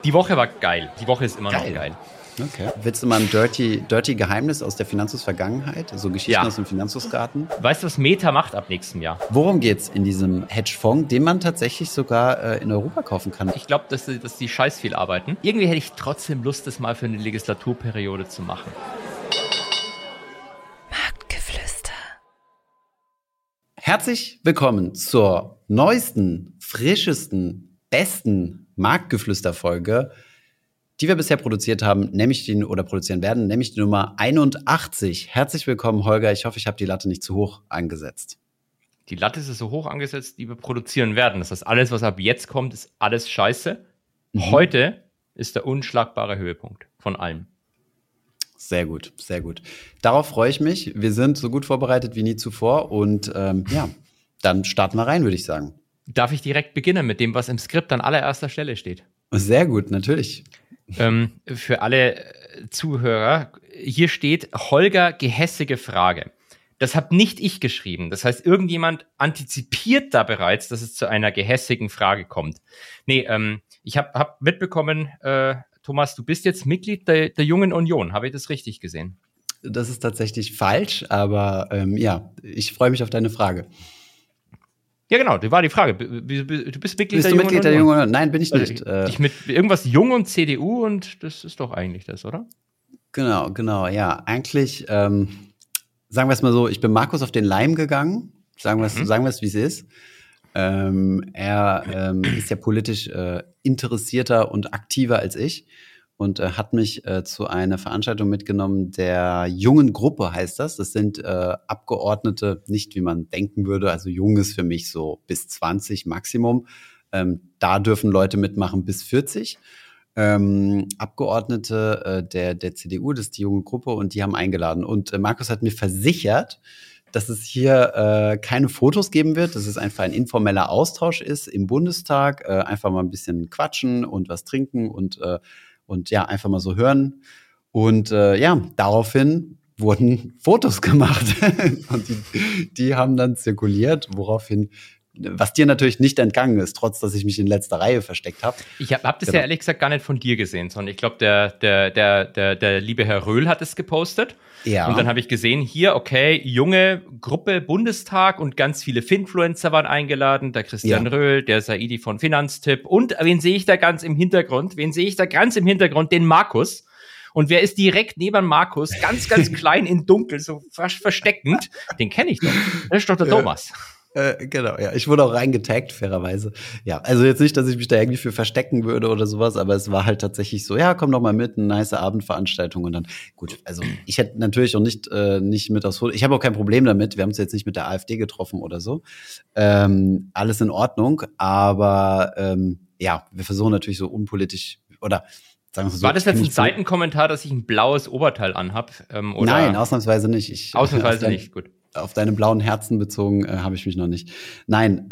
Die Woche war geil. Die Woche ist immer noch geil. Okay. Willst du mal ein dirty Geheimnis aus der Finanzhus-Vergangenheit? So Geschichten aus dem Finanzhusgarten? Weißt du, was Meta macht ab nächstem Jahr? Worum geht's in diesem Hedgefonds, den man tatsächlich sogar in Europa kaufen kann? Ich glaube, dass die scheiß viel arbeiten. Irgendwie hätte ich trotzdem Lust, das mal für eine Legislaturperiode zu machen. Marktgeflüster. Herzlich willkommen zur neuesten, frischesten, besten Marktgeflüster-Folge, die wir bisher produziert haben, produzieren werden, nämlich die Nummer 81. Herzlich willkommen, Holger. Ich hoffe, ich habe die Latte nicht zu hoch angesetzt. Die Latte ist so hoch angesetzt, die wir produzieren werden. Das heißt, alles, was ab jetzt kommt, ist alles scheiße. Heute ist der unschlagbare Höhepunkt von allem. Sehr gut, sehr gut. Darauf freue ich mich. Wir sind so gut vorbereitet wie nie zuvor. Und dann starten wir rein, würde ich sagen. Darf ich direkt beginnen mit dem, was im Skript an allererster Stelle steht? Sehr gut, natürlich. Für alle Zuhörer, hier steht Holger, gehässige Frage. Das habe nicht ich geschrieben. Das heißt, irgendjemand antizipiert da bereits, dass es zu einer gehässigen Frage kommt. Nee, ich hab mitbekommen, Thomas, du bist jetzt Mitglied der Jungen Union. Habe ich das richtig gesehen? Das ist tatsächlich falsch, aber ich freue mich auf deine Frage. Ja, genau, das war die Frage. Du bist Mitglied der Jungen Union? Der Jungen Union? Nein, bin ich nicht. Ich mit irgendwas Jung und CDU und das ist doch eigentlich das, oder? Genau, ja. Eigentlich, sagen wir es mal so, ich bin Markus auf den Leim gegangen. Sagen wir es, wie es ist. Er ist ja politisch interessierter und aktiver als ich und hat mich zu einer Veranstaltung mitgenommen, der jungen Gruppe heißt das. Das sind Abgeordnete, nicht wie man denken würde, also jung ist für mich so bis 20 Maximum. Da dürfen Leute mitmachen bis 40. Abgeordnete der CDU, das ist die junge Gruppe und die haben eingeladen. Und Markus hat mir versichert, dass es hier keine Fotos geben wird, dass es einfach ein informeller Austausch ist im Bundestag, einfach mal ein bisschen quatschen und was trinken und einfach mal so hören. Und daraufhin wurden Fotos gemacht und die haben dann zirkuliert, woraufhin, was dir natürlich nicht entgangen ist, trotz dass ich mich in letzter Reihe versteckt habe. Ich hab das ja ehrlich gesagt gar nicht von dir gesehen, sondern ich glaube, der liebe Herr Röhl hat es gepostet. Ja. Und dann habe ich gesehen, hier, okay, junge Gruppe Bundestag und ganz viele Finfluencer waren eingeladen. Der Christian Röhl, der Saidi von Finanztipp und wen sehe ich da ganz im Hintergrund? Den Markus. Und wer ist direkt neben Markus, ganz, ganz klein in Dunkel, so versteckend? Den kenne ich doch. Das ist doch der Thomas. Genau, ja. Ich wurde auch reingetaggt, fairerweise. Ja, also jetzt nicht, dass ich mich da irgendwie für verstecken würde oder sowas, aber es war halt tatsächlich so, ja, komm doch mal mit, eine nice Abendveranstaltung und dann, gut, also ich hätte natürlich auch nicht mit aufs Foto, ich habe auch kein Problem damit, wir haben uns jetzt nicht mit der AfD getroffen oder so, alles in Ordnung, aber wir versuchen natürlich so unpolitisch, oder sagen wir so. War das jetzt ein Seitenkommentar, dass ich ein blaues Oberteil anhab? Nein, ausnahmsweise nicht. Ausnahmsweise nicht, gut. Auf deine blauen Herzen bezogen habe ich mich noch nicht. Nein,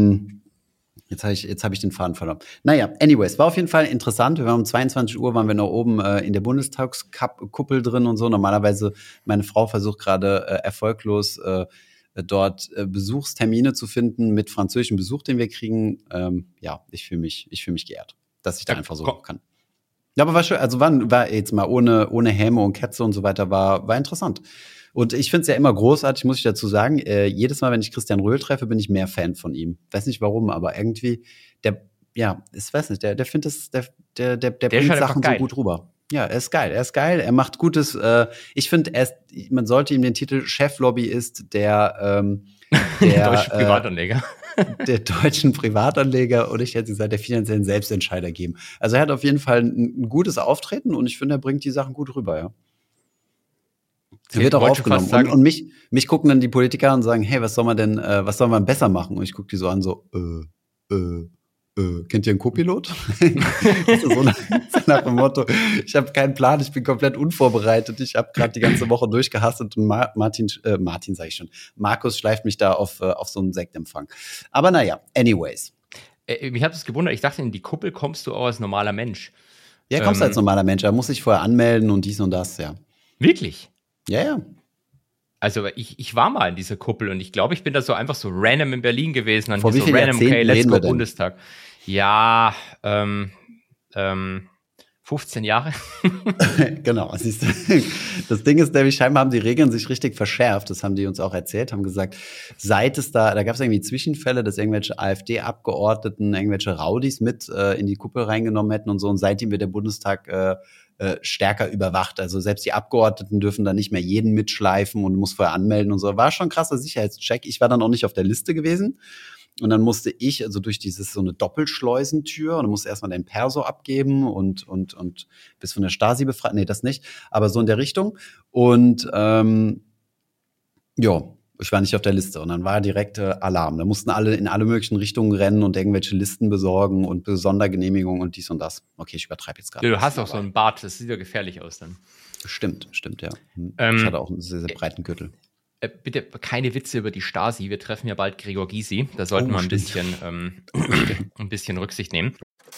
jetzt hab ich den Faden verloren. Naja, anyways, war auf jeden Fall interessant. Wir waren um 22 Uhr, waren wir noch oben in der Bundestagskuppel drin und so. Normalerweise, meine Frau versucht gerade erfolglos dort Besuchstermine zu finden mit französischem Besuch, den wir kriegen. Ich fühle mich geehrt, dass ich da einfach so kann. Ja, aber war schön. Also war jetzt mal ohne Häme und Ketze und so weiter, war interessant. Und ich finde es ja immer großartig, muss ich dazu sagen. Jedes Mal, wenn ich Christian Röhl treffe, bin ich mehr Fan von ihm. Weiß nicht warum, aber irgendwie, der findet das, der bringt Sachen so gut rüber. Ja, er ist geil. Er macht Gutes. Ich finde, man sollte ihm den Titel Cheflobbyist der deutschen Privatanleger. Der deutschen Privatanleger oder ich hätte gesagt, der finanziellen Selbstentscheider geben. Also er hat auf jeden Fall ein gutes Auftreten und ich finde, er bringt die Sachen gut rüber, ja. Er wird auch aufgenommen. Und mich gucken dann die Politiker und sagen, hey, was soll man besser machen? Und ich gucke die so an, so, kennt ihr einen Co-Pilot? so nach dem Motto, ich habe keinen Plan, ich bin komplett unvorbereitet. Ich habe gerade die ganze Woche durchgehastet und Markus schleift mich da auf so einen Sektempfang. Aber naja, anyways. Mich hat es gewundert, ich dachte, in die Kuppel kommst du auch als normaler Mensch. Ja, kommst du als normaler Mensch, da muss ich vorher anmelden und dies und das, ja. Wirklich? Ja. Also ich war mal in dieser Kuppel und ich glaube, ich bin da so einfach so random in Berlin gewesen. Vor wie vielen Jahrzehnten let's reden go wir denn? Bundestag. Ja, 15 Jahre. Genau, siehst du. Das Ding ist nämlich, scheinbar haben die Regeln sich richtig verschärft. Das haben die uns auch erzählt, haben gesagt, seit es da gab es irgendwie Zwischenfälle, dass irgendwelche AfD-Abgeordneten irgendwelche Rowdies mit in die Kuppel reingenommen hätten und so. Und seitdem wird der Bundestag stärker überwacht. Also selbst die Abgeordneten dürfen da nicht mehr jeden mitschleifen und muss vorher anmelden und so. War schon ein krasser Sicherheitscheck. Ich war dann auch nicht auf der Liste gewesen. Und dann musste ich, also durch so eine Doppelschleusentür, und dann musste erstmal dein Perso abgeben und bist von der Stasi befreit. Nee, das nicht. Aber so in der Richtung. Und ja, ich war nicht auf der Liste. Und dann war direkt Alarm. Da mussten alle in alle möglichen Richtungen rennen und irgendwelche Listen besorgen und Sondergenehmigungen und dies und das. Okay, ich übertreibe jetzt gerade. Ja, du hast auch so einen Bart, das sieht ja gefährlich aus dann. Stimmt, ja. Ich hatte auch einen sehr, sehr breiten Gürtel. Bitte keine Witze über die Stasi. Wir treffen ja bald Gregor Gysi. Da sollten wir ein bisschen Rücksicht nehmen.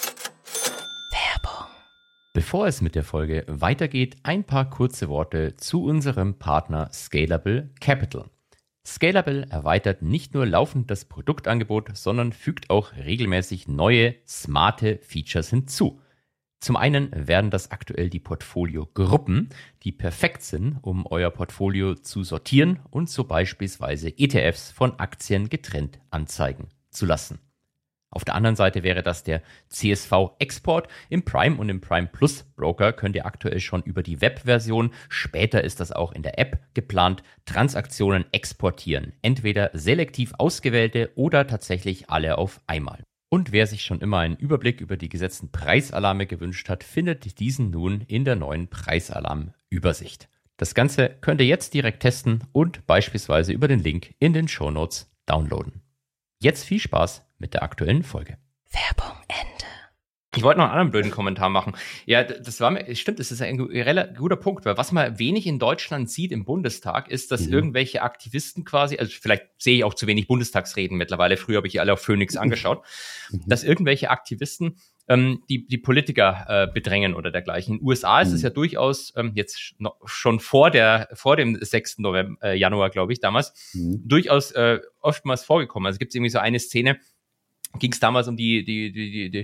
Werbung. Bevor es mit der Folge weitergeht, ein paar kurze Worte zu unserem Partner Scalable Capital. Scalable erweitert nicht nur laufend das Produktangebot, sondern fügt auch regelmäßig neue, smarte Features hinzu. Zum einen werden das aktuell die Portfolio-Gruppen, die perfekt sind, um euer Portfolio zu sortieren und so beispielsweise ETFs von Aktien getrennt anzeigen zu lassen. Auf der anderen Seite wäre das der CSV-Export. Im Prime und im Prime Plus Broker könnt ihr aktuell schon über die Web-Version, später ist das auch in der App geplant, Transaktionen exportieren. Entweder selektiv ausgewählte oder tatsächlich alle auf einmal. Und wer sich schon immer einen Überblick über die gesetzten Preisalarme gewünscht hat, findet diesen nun in der neuen Preisalarm-Übersicht. Das Ganze könnt ihr jetzt direkt testen und beispielsweise über den Link in den Shownotes downloaden. Jetzt viel Spaß mit der aktuellen Folge. Werbung Ende. Ich wollte noch einen anderen blöden Kommentar machen. Ja, stimmt, das ist ein relativ guter Punkt, weil was man wenig in Deutschland sieht im Bundestag, ist, dass irgendwelche Aktivisten quasi, also vielleicht sehe ich auch zu wenig Bundestagsreden mittlerweile, früher habe ich die alle auf Phoenix angeschaut, dass irgendwelche Aktivisten die Politiker bedrängen oder dergleichen. In den USA ist es ja durchaus schon vor dem 6. Januar, glaube ich, damals, durchaus oftmals vorgekommen. Also gibt es irgendwie so eine Szene, ging es damals um den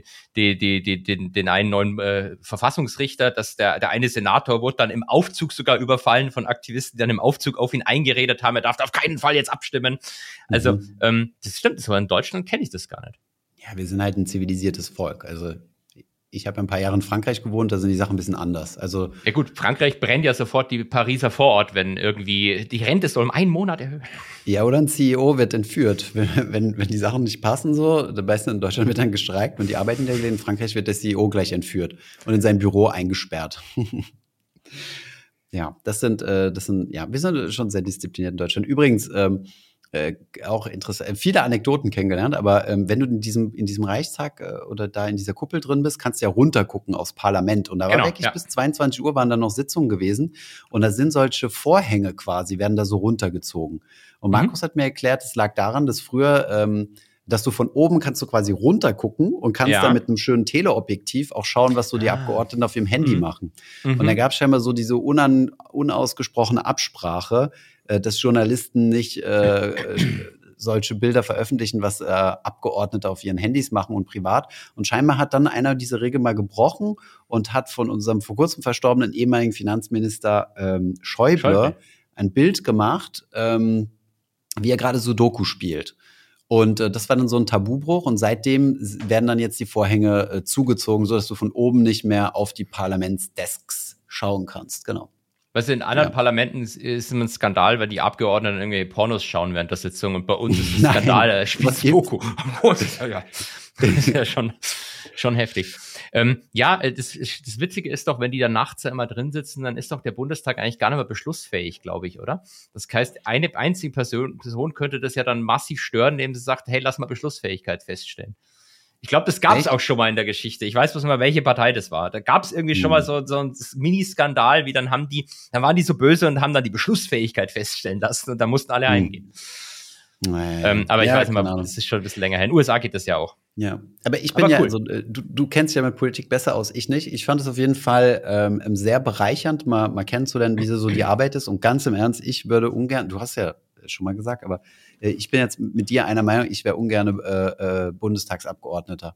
einen neuen Verfassungsrichter, dass der eine Senator wurde dann im Aufzug sogar überfallen von Aktivisten, die dann im Aufzug auf ihn eingeredet haben, er darf auf keinen Fall jetzt abstimmen. Also das stimmt, aber in Deutschland kenne ich das gar nicht. Ja, wir sind halt ein zivilisiertes Volk. Also ich habe ein paar Jahre in Frankreich gewohnt, da sind die Sachen ein bisschen anders. Also ja gut, Frankreich brennt ja sofort die Pariser Vorort, wenn irgendwie die Rente soll um einen Monat erhöhen. Ja, oder ein CEO wird entführt, wenn die Sachen nicht passen so. Meistens in Deutschland wird dann gestreikt und die arbeiten ja, in Frankreich wird der CEO gleich entführt und in sein Büro eingesperrt. Ja, wir sind schon sehr diszipliniert in Deutschland. Übrigens, auch interessant, viele Anekdoten kennengelernt, aber wenn du in diesem Reichstag oder da in dieser Kuppel drin bist, kannst du ja runtergucken aufs Parlament. Und da war wirklich bis 22 Uhr waren da noch Sitzungen gewesen. Und da sind solche Vorhänge quasi, werden da so runtergezogen. Und Markus hat mir erklärt, es lag daran, dass früher dass du von oben kannst du quasi runtergucken und kannst da mit einem schönen Teleobjektiv auch schauen, was so die Abgeordneten auf ihrem Handy machen. Und da gab es scheinbar so diese unausgesprochene Absprache, dass Journalisten nicht solche Bilder veröffentlichen, was Abgeordnete auf ihren Handys machen und privat. Und scheinbar hat dann einer diese Regel mal gebrochen und hat von unserem vor kurzem verstorbenen ehemaligen Finanzminister Schäuble ein Bild gemacht, wie er gerade Sudoku spielt. Und das war dann so ein Tabubruch und seitdem werden dann jetzt die Vorhänge zugezogen, sodass du von oben nicht mehr auf die Parlamentsdesks schauen kannst. Genau. Weißt du, in anderen Parlamenten ist es ein Skandal, weil die Abgeordneten irgendwie Pornos schauen während der Sitzung und bei uns ist es ein Skandal, er spielt Doku. Das ist ja schon heftig. Das Witzige ist doch, wenn die da nachts ja immer drin sitzen, dann ist doch der Bundestag eigentlich gar nicht mehr beschlussfähig, glaube ich, oder? Das heißt, eine einzige Person könnte das ja dann massiv stören, indem sie sagt, hey, lass mal Beschlussfähigkeit feststellen. Ich glaube, das gab es auch schon mal in der Geschichte. Ich weiß bloß mal, welche Partei das war. Da gab es irgendwie schon mal so ein Mini-Skandal, wie dann waren die so böse und haben dann die Beschlussfähigkeit feststellen lassen und da mussten alle eingehen. Aber ich weiß nicht mal, das ist schon ein bisschen länger her. In den USA geht das ja auch. Ja, aber ich bin cool. Also du kennst dich ja mit Politik besser aus, ich nicht. Ich fand es auf jeden Fall sehr bereichernd, mal kennenzulernen, wie so die Arbeit ist. Und ganz im Ernst, ich würde ungern, du hast ja schon mal gesagt, aber ich bin jetzt mit dir einer Meinung, ich wäre ungern Bundestagsabgeordneter.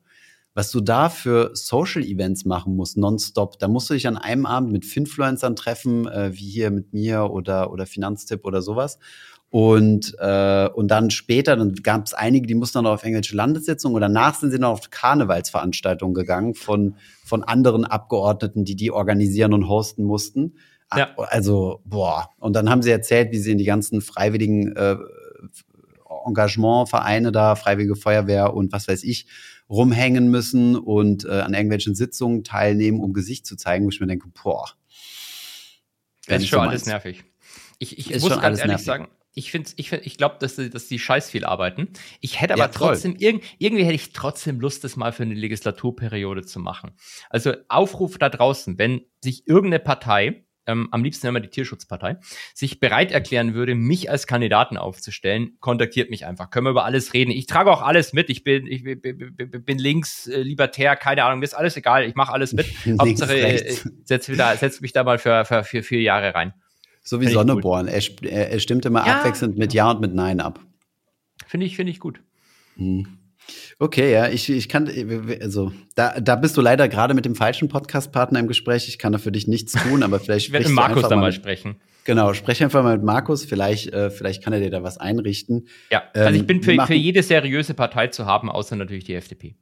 was du da für Social-Events machen musst, nonstop. Da musst du dich an einem Abend mit Finfluencern treffen, wie hier mit mir oder Finanztipp oder sowas. Und dann später, dann gab es einige, die mussten dann noch auf irgendwelche Landessitzungen und danach sind sie noch auf Karnevalsveranstaltungen gegangen von anderen Abgeordneten, die organisieren und hosten mussten. Ja. Also, Und dann haben sie erzählt, wie sie in die ganzen freiwilligen Engagementvereine da, Freiwillige Feuerwehr und was weiß ich, rumhängen müssen und an irgendwelchen Sitzungen teilnehmen, um Gesicht zu zeigen, wo ich mir denke, das ist schon alles nervig. Ich muss ganz ehrlich sagen, ich glaube, dass die scheiß viel arbeiten. Ich hätte aber trotzdem, irgendwie hätte ich trotzdem Lust, das mal für eine Legislaturperiode zu machen. Also Aufruf da draußen, wenn sich irgendeine Partei, am liebsten immer die Tierschutzpartei, sich bereit erklären würde, mich als Kandidaten aufzustellen, kontaktiert mich einfach. Können wir über alles reden. Ich trage auch alles mit. Ich bin links, libertär, keine Ahnung, mir ist alles egal. Ich mache alles mit. Hauptsache, setz mich da mal für 4 Jahre rein. So wie Sonneborn. Er stimmt immer abwechselnd mit Ja und mit Nein ab. Finde ich gut. Okay, ja, ich kann, also da bist du leider gerade mit dem falschen Podcast-Partner im Gespräch. Ich kann da für dich nichts tun, aber vielleicht ich werde mit Markus da mal sprechen. Genau, spreche einfach mal mit Markus. Vielleicht kann er dir da was einrichten. Ja, also ich bin für jede seriöse Partei zu haben, außer natürlich die FDP.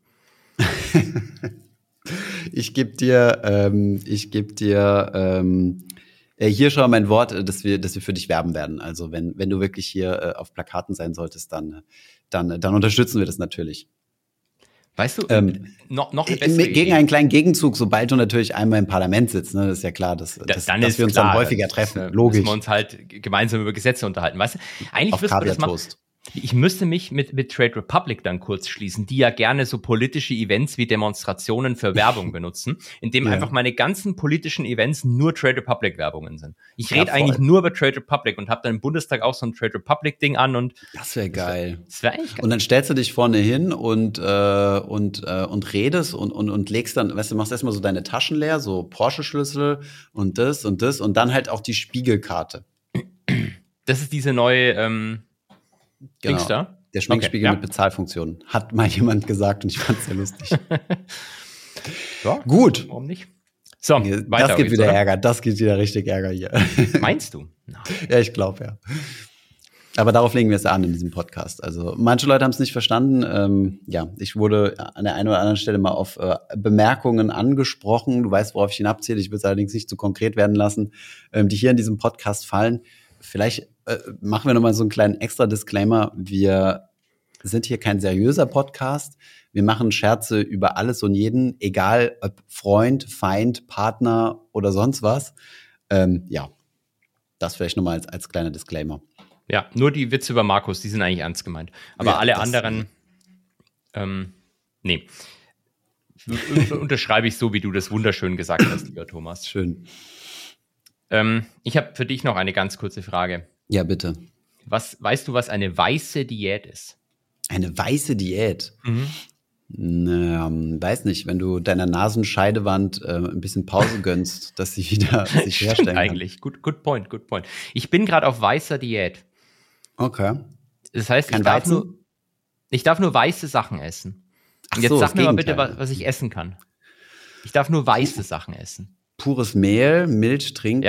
Ich gebe dir hier schon mein Wort, dass wir für dich werben werden. Also wenn du wirklich hier auf Plakaten sein solltest, dann unterstützen wir das natürlich. Weißt du, noch eine bessere Idee. Gegen einen kleinen Gegenzug, sobald du natürlich einmal im Parlament sitzt, ne, das ist ja klar, dass wir uns dann häufiger treffen. Logisch. Müssen wir uns halt gemeinsam über Gesetze unterhalten, weißt du? Eigentlich müssten wir das machen. Ich müsste mich mit Trade Republic dann kurz schließen, die ja gerne so politische Events wie Demonstrationen für Werbung benutzen, indem einfach meine ganzen politischen Events nur Trade Republic Werbungen sind. Ich rede eigentlich nur über Trade Republic und habe dann im Bundestag auch so ein Trade Republic Ding an und das wäre geil. Das wäre echt geil. Und dann stellst du dich vorne hin und redest und legst dann, weißt du, machst erstmal so deine Taschen leer, so Porsche-Schlüssel und das und dann halt auch die Spiegelkarte. Das ist diese neue Genau, der Schminkspiegel mit Bezahlfunktion. Hat mal jemand gesagt und ich fand es sehr lustig. Ja, gut. Warum nicht? So, weiter. Das gibt wieder Ärger. Das gibt wieder richtig Ärger hier. Meinst du? Nein. Ja, ich glaube, ja. Aber darauf legen wir es an in diesem Podcast. Also manche Leute haben es nicht verstanden. Ich wurde an der einen oder anderen Stelle mal auf Bemerkungen angesprochen. Du weißt, worauf ich hinabziehe. Ich will es allerdings nicht zu konkret werden lassen, die hier in diesem Podcast fallen. Vielleicht machen wir nochmal so einen kleinen extra Disclaimer. Wir sind hier kein seriöser Podcast. Wir machen Scherze über alles und jeden, egal ob Freund, Feind, Partner oder sonst was. Das vielleicht nochmal als kleiner Disclaimer. Ja, nur die Witze über Markus, die sind eigentlich ernst gemeint. Aber alle anderen, nee. Unterschreibe ich so, wie du das wunderschön gesagt hast, lieber Thomas. Schön. Ich habe für dich noch eine ganz kurze Frage. Ja, bitte. Weißt du, was eine weiße Diät ist? Eine weiße Diät? Weiß nicht, wenn du deiner Nasenscheidewand ein bisschen Pause gönnst, dass sie wieder sich herstellen kann. Eigentlich, good point. Ich bin gerade auf weißer Diät. Okay. Das heißt, ich darf nur weiße Sachen essen. Und jetzt sag mir mal bitte, was ich essen kann. Ich darf nur weiße Sachen essen. Pures Mehl, Milch trinken,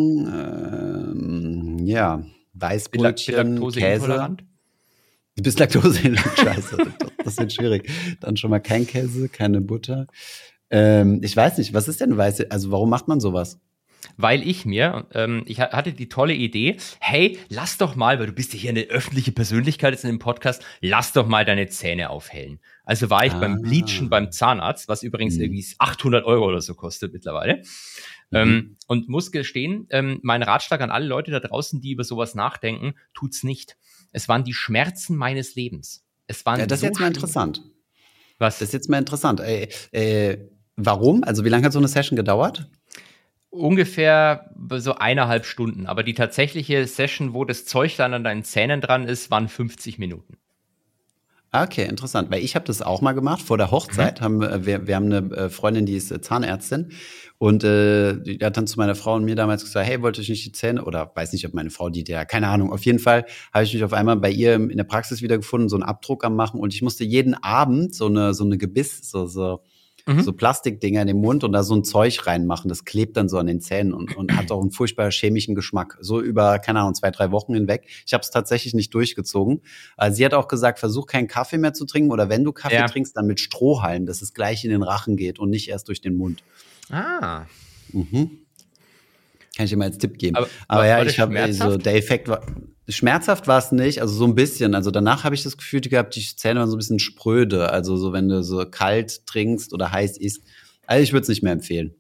Weißbrötchen, Käse. Du bist laktoseintolerant, scheiße, das wird schwierig. Dann schon mal kein Käse, keine Butter. Ich weiß nicht, was ist denn weiße, also warum macht man sowas? Weil ich hatte die tolle Idee, hey, lass doch mal, weil du bist ja hier eine öffentliche Persönlichkeit jetzt in dem Podcast, lass doch mal deine Zähne aufhellen. Also war ich beim Bleachen beim Zahnarzt, was übrigens irgendwie 800 € oder so kostet mittlerweile. Und muss gestehen, mein Ratschlag an alle Leute da draußen, die über sowas nachdenken, tut's nicht. Es waren die Schmerzen meines Lebens. Das ist jetzt mal interessant. Was? Das ist jetzt mal interessant. Warum? Also wie lange hat so eine Session gedauert? Ungefähr so 1,5 Stunden. Aber die tatsächliche Session, wo das Zeug dann an deinen Zähnen dran ist, waren 50 Minuten. Okay, interessant, weil ich habe das auch mal gemacht. Vor der Hochzeit haben wir haben eine Freundin, die ist Zahnärztin und die hat dann zu meiner Frau und mir damals gesagt, hey, wollte ich nicht die Zähne, oder weiß nicht, ob meine Frau keine Ahnung. Auf jeden Fall habe ich mich auf einmal bei ihr in der Praxis wiedergefunden, so einen Abdruck am machen, und ich musste jeden Abend so eine Gebiss, so Plastikdinger in den Mund und da so ein Zeug reinmachen. Das klebt dann so an den Zähnen und hat auch einen furchtbar chemischen Geschmack. So über, keine Ahnung, 2-3 Wochen hinweg. Ich habe es tatsächlich nicht durchgezogen. Sie hat auch gesagt, versuch keinen Kaffee mehr zu trinken, oder wenn du Kaffee trinkst, dann mit Strohhalm, dass es gleich in den Rachen geht und nicht erst durch den Mund. Ah. Mhm. Kann ich dir mal als Tipp geben. Aber ja, ich habe so, der Effekt war, schmerzhaft war es nicht, also so ein bisschen. Also danach habe ich das Gefühl gehabt, die Zähne waren so ein bisschen spröde. Also so, wenn du so kalt trinkst oder heiß isst. Also ich würde es nicht mehr empfehlen.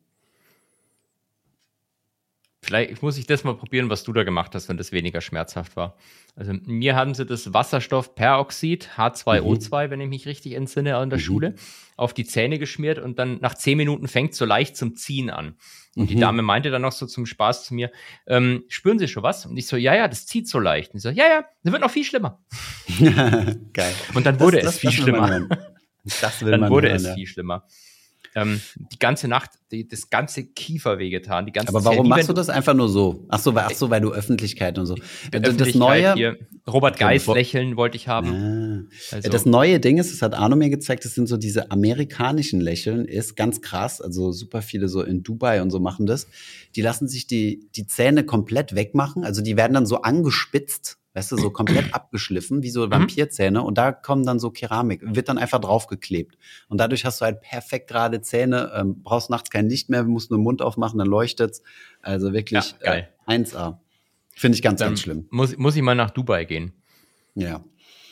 Vielleicht muss ich das mal probieren, was du da gemacht hast, wenn das weniger schmerzhaft war. Also mir haben sie das Wasserstoffperoxid, H2O2, wenn ich mich richtig entsinne, an der Schule, auf die Zähne geschmiert und dann nach 10 Minuten fängt so leicht zum Ziehen an. Und die Dame meinte dann noch so zum Spaß zu mir, spüren Sie schon was? Und ich so, ja, das zieht so leicht. Und ich so, ja, das wird noch viel schlimmer. Geil. Und dann wurde es viel schlimmer. Dann wurde es viel schlimmer. Die ganze Nacht, das ganze Kiefer wehgetan. Aber warum machst du das einfach nur so? Ach so, weil du Öffentlichkeit und so. Das Neue hier, Robert Geis lächeln wollte ich haben. Also. Das neue Ding ist, das hat Arno mir gezeigt, das sind so diese amerikanischen Lächeln, ist ganz krass. Also super viele so in Dubai und so machen das. Die lassen sich die Zähne komplett wegmachen. Also die werden dann so angespitzt, weißt du, so komplett abgeschliffen, wie so Vampirzähne. Und da kommen dann so Keramik, wird dann einfach draufgeklebt. Und dadurch hast du halt perfekt gerade Zähne, brauchst nachts kein Licht mehr, musst nur den Mund aufmachen, dann leuchtet's. Also wirklich geil. 1A. Finde ich ganz schlimm. Muss ich mal nach Dubai gehen. Ja.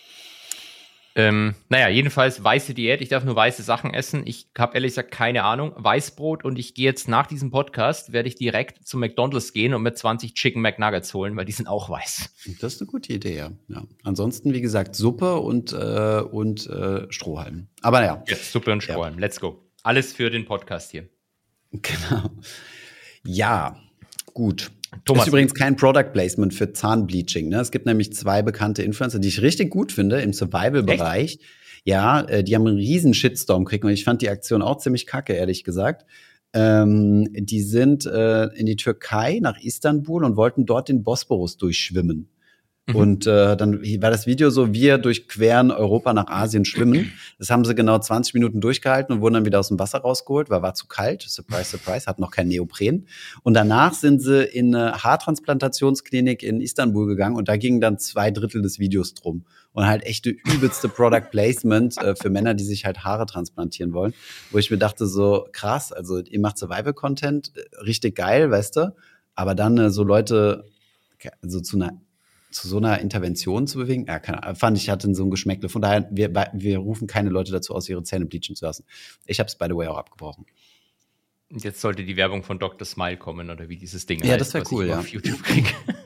Jedenfalls weiße Diät. Ich darf nur weiße Sachen essen. Ich habe ehrlich gesagt keine Ahnung. Weißbrot, und ich gehe jetzt nach diesem Podcast, werde ich direkt zu McDonald's gehen und mir 20 Chicken McNuggets holen, weil die sind auch weiß. Das ist eine gute Idee, ja. Ansonsten, wie gesagt, Suppe und Strohhalm. Aber ja. Jetzt Suppe und Strohhalm. Let's go. Alles für den Podcast hier. Genau. Ja, gut. Thomas. Ist übrigens kein Product Placement für Zahnbleaching. Ne? Es gibt nämlich 2 bekannte Influencer, die ich richtig gut finde im Survival-Bereich. Echt? Ja, die haben einen riesen Shitstorm gekriegt und ich fand die Aktion auch ziemlich kacke, ehrlich gesagt. Die sind in die Türkei nach Istanbul und wollten dort den Bosporus durchschwimmen. Und dann war das Video so, wir durchqueren Europa nach Asien schwimmen. Das haben sie genau 20 Minuten durchgehalten und wurden dann wieder aus dem Wasser rausgeholt, weil war zu kalt. Surprise, surprise, hat noch kein Neopren. Und danach sind sie in eine Haartransplantationsklinik in Istanbul gegangen und da gingen dann 2/3 des Videos drum. Und halt echte übelste Product Placement für Männer, die sich halt Haare transplantieren wollen. Wo ich mir dachte so, krass, also ihr macht Survival-Content, richtig geil, weißt du? Aber dann so Leute, also zu so einer Intervention zu bewegen, fand ich, hatte so ein Geschmäckle. Von daher, wir rufen keine Leute dazu aus, ihre Zähne bleachen zu lassen. Ich habe es, by the way, auch abgebrochen. Jetzt sollte die Werbung von Dr. Smile kommen, oder wie dieses Ding heißt, das wäre cool, ja. Auf YouTube kriege.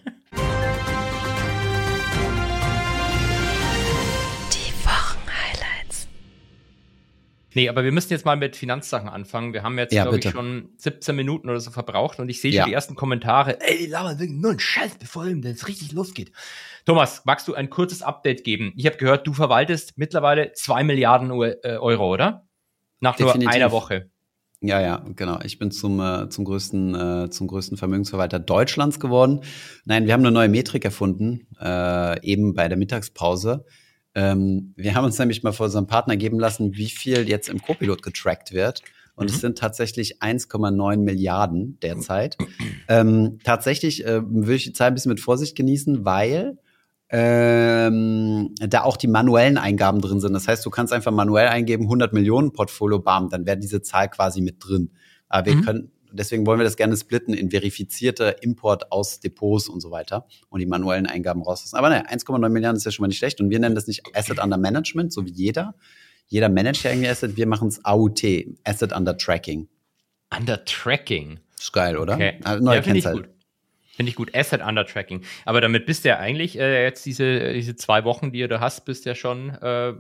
Die Wochenhighlights. Nee, aber wir müssen jetzt mal mit Finanzsachen anfangen. Wir haben jetzt, glaube ich, schon 17 Minuten oder so verbraucht und ich sehe schon die ersten Kommentare. Ey, laber nur einen Scheiß, bevor es richtig losgeht. Thomas, magst du ein kurzes Update geben? Ich habe gehört, du verwaltest mittlerweile 2 Milliarden Euro, oder? Nach nur einer Woche. Ja, genau. Ich bin zum größten Vermögensverwalter Deutschlands geworden. Nein, wir haben eine neue Metrik erfunden, eben bei der Mittagspause. Wir haben uns nämlich mal von unserem Partner geben lassen, wie viel jetzt im Copilot getrackt wird. Und es sind tatsächlich 1,9 Milliarden derzeit. Tatsächlich würde ich die Zahl ein bisschen mit Vorsicht genießen, weil da auch die manuellen Eingaben drin sind. Das heißt, du kannst einfach manuell eingeben, 100 Millionen Portfolio, bam, dann wäre diese Zahl quasi mit drin. Aber deswegen wollen wir das gerne splitten in verifizierte Import aus Depots und so weiter und die manuellen Eingaben rauslassen. Aber 1,9 Milliarden ist ja schon mal nicht schlecht. Und wir nennen das nicht Asset Under Management, so wie jeder. Jeder managt ja irgendwie Asset. Wir machen es AUT, Asset Under Tracking. Under Tracking? Ist geil, oder? Okay. Neue Finde ich gut. Finde ich gut. Asset Under Tracking. Aber damit bist du ja eigentlich jetzt diese 2 Wochen, die du hast, bist ja schon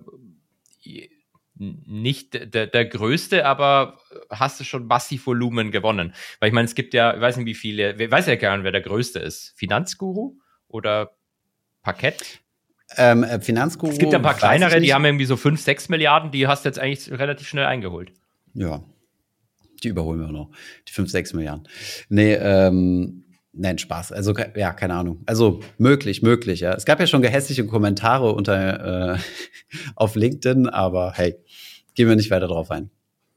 nicht der Größte, aber hast du schon massiv Volumen gewonnen. Weil ich meine, es gibt ja, ich weiß nicht wie viele, ich weiß ja gar nicht, wer der Größte ist. Finanzguru oder Parkett? Finanzguru. Es gibt ja ein paar kleinere, die haben irgendwie so 5, 6 Milliarden, die hast du jetzt eigentlich relativ schnell eingeholt. Ja, die überholen wir noch. Die 5, 6 Milliarden. Nee, nein, Spaß. Also, ja, keine Ahnung. Also, möglich, ja. Es gab ja schon gehässliche Kommentare unter auf LinkedIn, aber hey, gehen wir nicht weiter drauf ein.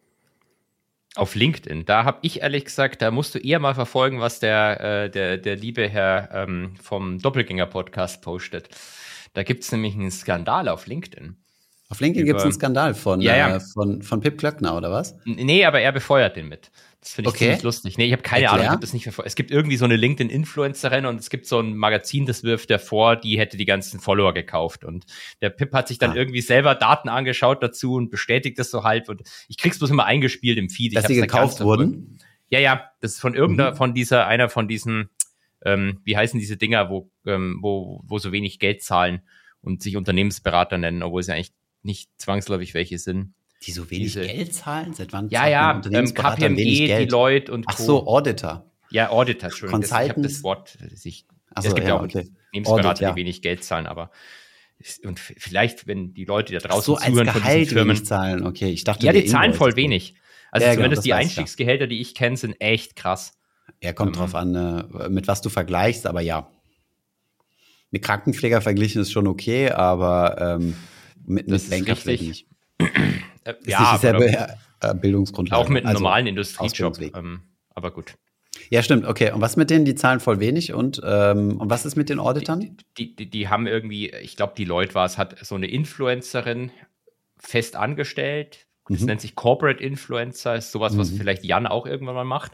Auf LinkedIn, da habe ich ehrlich gesagt, da musst du eher mal verfolgen, was der liebe Herr vom Doppelgänger-Podcast postet. Da gibt es nämlich einen Skandal auf LinkedIn. Auf LinkedIn gibt es einen Skandal von Pip Klöckner, oder was? Nee, aber er befeuert den mit. Das finde ich ziemlich lustig. Nee, ich habe keine Ahnung, ich habe das nicht verfolgt. Es gibt irgendwie so eine LinkedIn-Influencerin und es gibt so ein Magazin, das wirft er vor, die hätte die ganzen Follower gekauft. Und der Pip hat sich dann irgendwie selber Daten angeschaut dazu und bestätigt das so halb. Und ich krieg's bloß immer eingespielt im Feed. Dass sie gekauft wurden? Ja, das ist von einer von diesen, wie heißen diese Dinger, wo so wenig Geld zahlen und sich Unternehmensberater nennen, obwohl sie eigentlich nicht zwangsläufig welche sind. Die so wenig Geld zahlen? Seit wann? Ja, KPMG, Deloitte und Co. Ach so, Auditor. Ja, Auditor, Entschuldigung. Ich habe das Wort es gibt ja auch Unternehmensberater, die wenig Geld zahlen, aber und vielleicht, wenn die Leute da draußen zuhören von diesen Firmen. Wenig zahlen, okay. Ich dachte, ja, die zahlen voll wenig. Also zumindest die Einstiegsgehälter, die ich kenne, sind echt krass. Ja, kommt drauf an, mit was du vergleichst, aber ja. Mit Krankenpfleger verglichen ist schon okay, aber mit Banker vielleicht nicht. Ja, ist dieselbe Bildungsgrundlage. Auch mit einem normalen Industriejob. Aber gut. Ja, stimmt. Okay. Und was mit denen? Die zahlen voll wenig. Und was ist mit den Auditern? Die haben irgendwie, ich glaube, die Leute hat so eine Influencerin fest angestellt. Das nennt sich Corporate Influencer. Ist sowas, was vielleicht Jan auch irgendwann mal macht.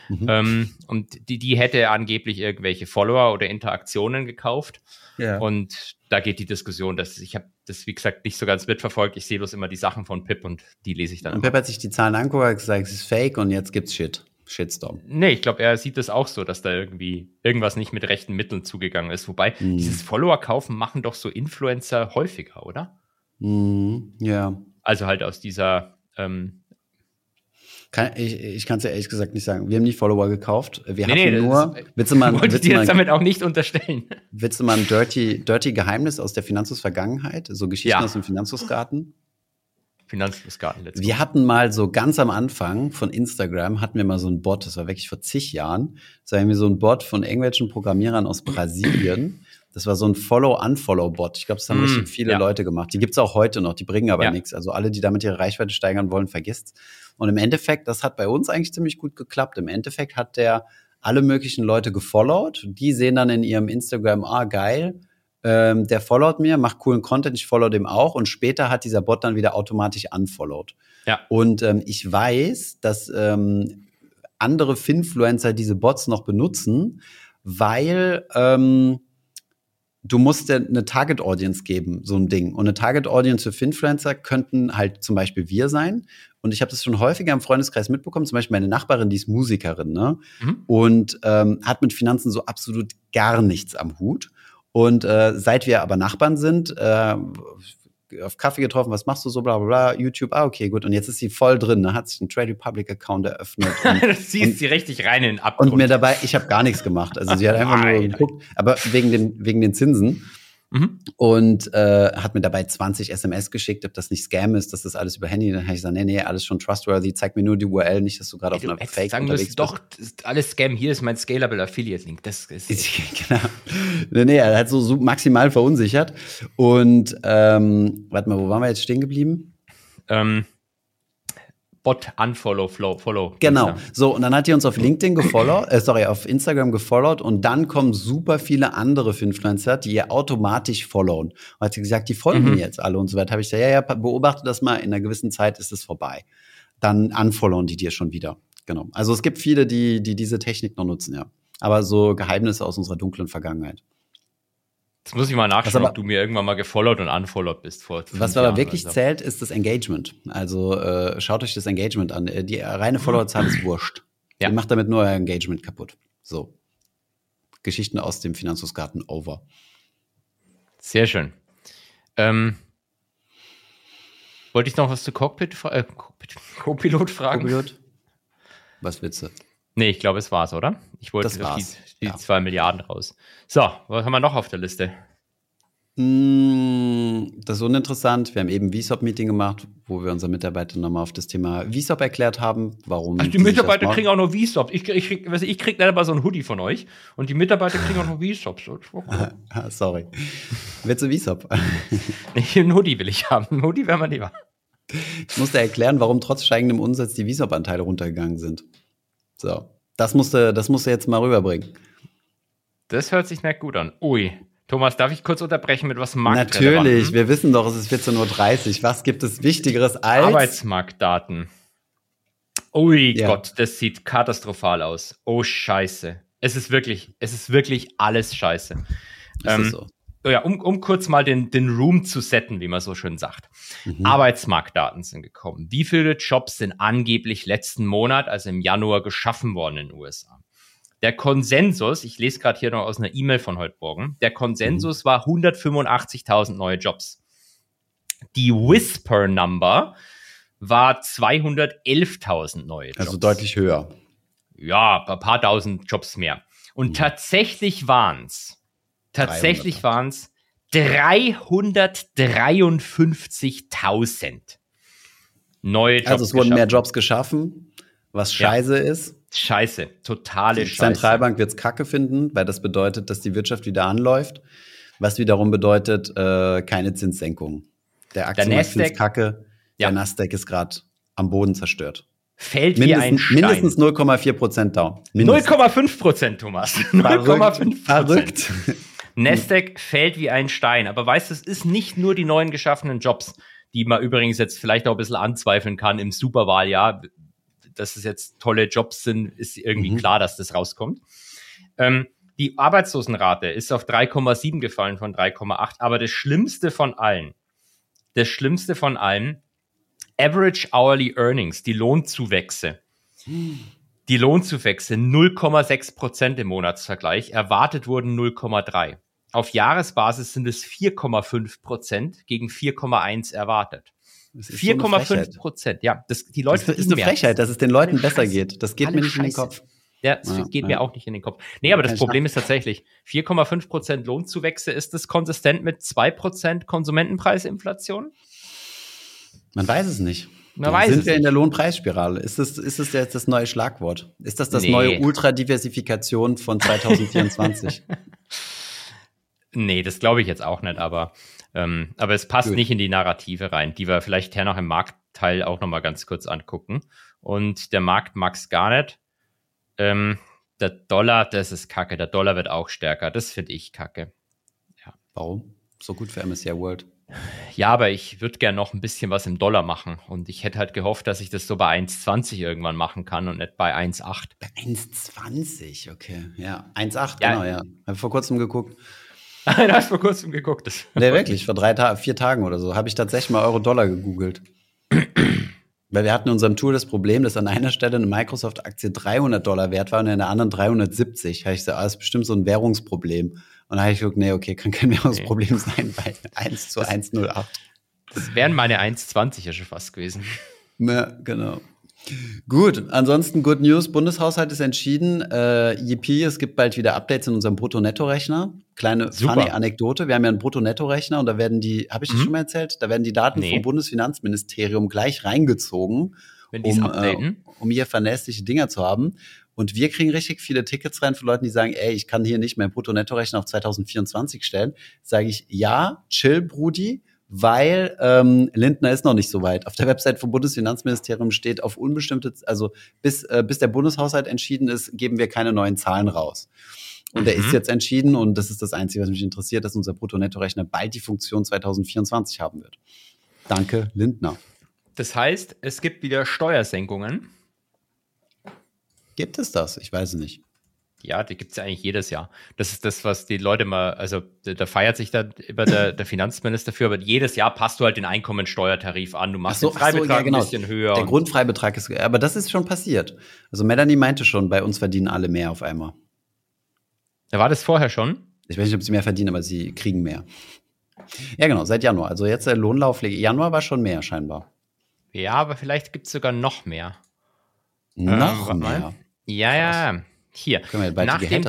Und die hätte angeblich irgendwelche Follower oder Interaktionen gekauft. Ja. Und da geht die Diskussion, ich habe das, wie gesagt, nicht so ganz mitverfolgt. Ich sehe bloß immer die Sachen von Pip und die lese ich dann. Und Pip hat sich die Zahlen angeguckt und gesagt, es ist fake und jetzt gibt's Shitstorm. Nee, ich glaube, er sieht das auch so, dass da irgendwie irgendwas nicht mit rechten Mitteln zugegangen ist. Wobei, dieses Follower-Kaufen machen doch so Influencer häufiger, oder? Ja. Also halt aus dieser ich kann es ja ehrlich gesagt nicht sagen. Wir haben nicht Follower gekauft. Wir hatten nur. Willst du mal damit auch nicht unterstellen. Willst du mal ein dirty Geheimnis aus der Finanzus-Vergangenheit? So Geschichten aus dem Finanzusgarten? Finanzusgarten letztes Wir hatten mal so ganz am Anfang von Instagram hatten wir mal so einen Bot, das war wirklich vor zig Jahren. Das war irgendwie so ein Bot von irgendwelchen Programmierern aus Brasilien. Das war so ein Follow-Unfollow-Bot. Ich glaube, das haben richtig viele Leute gemacht. Die gibt's auch heute noch, die bringen aber nichts. Also alle, die damit ihre Reichweite steigern wollen, vergisst. Und im Endeffekt, das hat bei uns eigentlich ziemlich gut geklappt. Im Endeffekt hat der alle möglichen Leute gefollowt. Die sehen dann in ihrem Instagram, geil, der followt mir, macht coolen Content, ich follow dem auch. Und später hat dieser Bot dann wieder automatisch unfollowed. Ja. Und ich weiß, dass andere Finfluencer diese Bots noch benutzen, weil du musst dir eine Target Audience geben, so ein Ding. Und eine Target Audience für Finfluencer könnten halt zum Beispiel wir sein. Und ich habe das schon häufiger im Freundeskreis mitbekommen. Zum Beispiel meine Nachbarin, die ist Musikerin, ne? Und hat mit Finanzen so absolut gar nichts am Hut. Und seit wir aber Nachbarn sind, auf Kaffee getroffen, was machst du so, bla bla bla, YouTube, okay, gut. Und jetzt ist sie voll drin, ne? Hat sich einen Trade Republic Account eröffnet. Sie ist richtig rein in den Abgrund. Und mir dabei, ich habe gar nichts gemacht. Also sie hat einfach nur geguckt, aber wegen den Zinsen. Und hat mir dabei 20 SMS geschickt, ob das nicht Scam ist, dass das alles über Handy. Dann habe ich gesagt, nee, alles schon trustworthy. Zeig mir nur die URL, nicht, dass du gerade auf einer Fake unterwegs bist. Doch, alles Scam. Hier ist mein Scalable Affiliate Link. Das ist genau. Nee, er hat so maximal verunsichert. Und warte mal, wo waren wir jetzt stehen geblieben? Bot Follow. Genau. So, und dann hat die uns auf LinkedIn auf Instagram gefollowt und dann kommen super viele andere Influencer, die ihr automatisch followen. Und hat sie gesagt, die folgen mir jetzt alle und so weiter. Habe ich gesagt, ja, beobachte das mal, in einer gewissen Zeit ist es vorbei. Dann unfollowen die dir schon wieder. Genau. Also es gibt viele, die diese Technik noch nutzen, ja. Aber so Geheimnisse aus unserer dunklen Vergangenheit. Jetzt muss ich mal nachschauen, ob du mir irgendwann mal gefollowt und unfollowed bist. Was aber wirklich zählt, ist das Engagement. Also schaut euch das Engagement an. Die reine Followerzahl ist wurscht. Ja. Ihr macht damit nur euer Engagement kaputt. So. Geschichten aus dem Finanzusgarten over. Sehr schön. Wollte ich noch was zu Copilot fragen? Copilot? Was willst du? Nee, ich glaube, es war's, oder? Ich wollte die 2 Milliarden raus. So, was haben wir noch auf der Liste? Das ist uninteressant. Wir haben eben VSOP-Meeting gemacht, wo wir unseren Mitarbeitern nochmal auf das Thema VSOP erklärt haben, warum. Also die Mitarbeiter kriegen auch noch VSOP. Ich krieg leider mal so ein Hoodie von euch und die Mitarbeiter kriegen auch noch VSOP. Sorry. Willst du VSOP? Ein Hoodie will ich haben. Ein Hoodie wäre mal lieber. Ich musste erklären, warum trotz steigendem Umsatz die VSOP-Anteile runtergegangen sind. So, das musst du jetzt mal rüberbringen. Das hört sich nicht gut an. Ui. Thomas, darf ich kurz unterbrechen mit was Marktrelevantem? Natürlich, wir wissen doch, es ist 14:30 Uhr. Was gibt es Wichtigeres als Arbeitsmarktdaten? Ui Gott, das sieht katastrophal aus. Oh Scheiße. Es ist wirklich alles Scheiße. Ist so? Ja, um kurz mal den Room zu setten, wie man so schön sagt. Arbeitsmarktdaten sind gekommen. Wie viele Jobs sind angeblich letzten Monat, also im Januar, geschaffen worden in den USA? Der Konsensus, ich lese gerade hier noch aus einer E-Mail von heute Morgen, der Konsensus war 185.000 neue Jobs. Die Whisper Number war 211.000 neue Jobs. Also deutlich höher. Ja, ein paar tausend Jobs mehr. Und tatsächlich waren es 353.000 neue Jobs. Also es wurden mehr Jobs geschaffen, was scheiße ist. Scheiße, totale Scheiße. Die Zentralbank wird es kacke finden, weil das bedeutet, dass die Wirtschaft wieder anläuft, was wiederum bedeutet, keine Zinssenkung. Der Aktienmarkt ist kacke, der Nasdaq ist gerade am Boden zerstört. Fällt wie ein Stein. Mindestens 0,4% down. 0,5%, Thomas. 0,5%. Verrückt. Nasdaq fällt wie ein Stein. Aber weißt du, es ist nicht nur die neuen geschaffenen Jobs, die man übrigens jetzt vielleicht auch ein bisschen anzweifeln kann im Superwahljahr. Dass es jetzt tolle Jobs sind, ist irgendwie klar, dass das rauskommt. Die Arbeitslosenrate ist auf 3,7 gefallen von 3,8. Aber das Schlimmste von allen, Average Hourly Earnings, die Lohnzuwächse. Die Lohnzuwächse 0,6% im Monatsvergleich, erwartet wurden 0,3. Auf Jahresbasis sind es 4,5% gegen 4,1 erwartet. 4,5%, ja. Die Leute das ist eine Frechheit, dass es den Leuten besser geht. Das geht mir nicht in den Kopf. Ja, das geht mir auch nicht in den Kopf. Nee, aber das Problem ist tatsächlich, 4,5% Lohnzuwächse, ist das konsistent mit 2% Konsumentenpreisinflation? Man weiß es nicht. Sind wir in der Lohnpreisspirale? Ist es jetzt das neue Schlagwort? Ist das neue Ultradiversifikation von 2024? Nee, das glaube ich jetzt auch nicht, aber es passt nicht in die Narrative rein, die wir vielleicht noch im Marktteil auch noch mal ganz kurz angucken. Und der Markt mag es gar nicht. Der Dollar, das ist kacke. Der Dollar wird auch stärker. Das finde ich kacke. Ja. Warum? So gut für MSCI World. Ja, aber ich würde gerne noch ein bisschen was im Dollar machen. Und ich hätte halt gehofft, dass ich das so bei 1,20 irgendwann machen kann und nicht bei 1,8. Bei 1,20, okay. Ja, 1,8, genau, ja. Habe vor kurzem geguckt. Du hast vor kurzem geguckt. Das nee, wirklich, vor 4 Tagen oder so habe ich tatsächlich mal Euro-Dollar gegoogelt. Weil wir hatten in unserem Tool das Problem, dass an einer Stelle eine Microsoft-Aktie $300 wert war und in der anderen 370. Da habe ich gesagt, das ist bestimmt so ein Währungsproblem. Und dann habe ich geguckt, nee, okay, kann kein Währungsproblem sein bei 1:1,08. Das wären meine 1,20 ja schon fast gewesen. Ja, genau. Gut, ansonsten Good News, Bundeshaushalt ist entschieden. Yippie, es gibt bald wieder Updates in unserem Brutto-Netto-Rechner. Kleine funny Anekdote, wir haben ja einen Brutto-Netto-Rechner und da werden habe ich das schon mal erzählt? Da werden die Daten vom Bundesfinanzministerium gleich reingezogen, um hier verlässliche Dinger zu haben. Und wir kriegen richtig viele Tickets rein von Leuten, die sagen, ey, ich kann hier nicht meinen Brutto-Netto-Rechner auf 2024 stellen. Sage ich, ja, chill, Brudi. Weil Lindner ist noch nicht so weit. Auf der Website vom Bundesfinanzministerium steht auf unbestimmte, also bis der Bundeshaushalt entschieden ist, geben wir keine neuen Zahlen raus. Und der ist jetzt entschieden und das ist das Einzige, was mich interessiert, dass unser Brutto-Netto-Rechner bald die Funktion 2024 haben wird. Danke, Lindner. Das heißt, es gibt wieder Steuersenkungen. Gibt es das? Ich weiß es nicht. Ja, die gibt es ja eigentlich jedes Jahr. Das ist das, was die Leute mal, also da feiert sich dann immer der Finanzminister für, aber jedes Jahr passt du halt den Einkommensteuertarif an. Du machst den Freibetrag ein bisschen höher. Der Grundfreibetrag ist, aber das ist schon passiert. Also Melanie meinte schon, bei uns verdienen alle mehr auf einmal. Ja, war das vorher schon? Ich weiß nicht, ob sie mehr verdienen, aber sie kriegen mehr. Ja, genau, seit Januar. Also jetzt der Lohnlauf, Januar war schon mehr scheinbar. Ja, aber vielleicht gibt es sogar noch mehr. Noch mehr? Ja. Hier, nach dem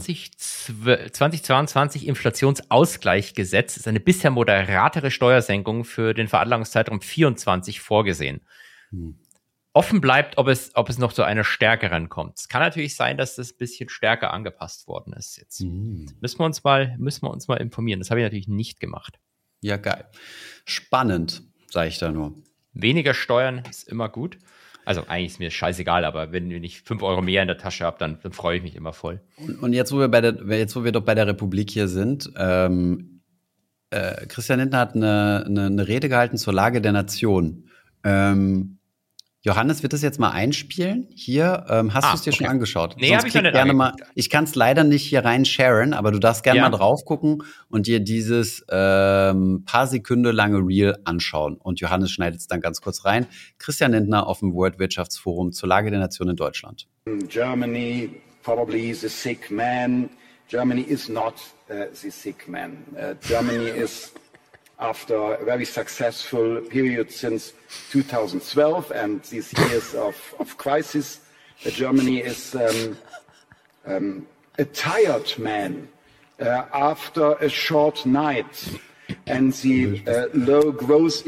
2022 Inflationsausgleichsgesetz ist eine bisher moderatere Steuersenkung für den Veranlagungszeitraum 24 vorgesehen. Offen bleibt, ob es noch zu einer stärkeren kommt. Es kann natürlich sein, dass das ein bisschen stärker angepasst worden ist jetzt. Müssen wir uns mal informieren. Das habe ich natürlich nicht gemacht. Ja, geil. Spannend, sage ich da nur. Weniger Steuern ist immer gut. Also eigentlich ist mir scheißegal, aber wenn ich 5 Euro mehr in der Tasche habe, dann freue ich mich immer voll. Und jetzt, wo wir doch bei der Republik hier sind, Christian Lindner hat eine Rede gehalten zur Lage der Nation. Johannes wird das jetzt mal einspielen. Hier, hast du es dir schon angeschaut? Nee, habe ich noch nicht angeguckt. Ich kann es leider nicht hier rein sharen, aber du darfst gerne mal drauf gucken und dir dieses paar Sekunden lange Reel anschauen. Und Johannes schneidet es dann ganz kurz rein. Christian Lindner auf dem World Wirtschaftsforum zur Lage der Nation in Deutschland. Germany probably is a sick man. Germany is not the sick man. Germany is after a very successful period since 2012 and these years of crisis, Germany is a tired man after a short night and the low growth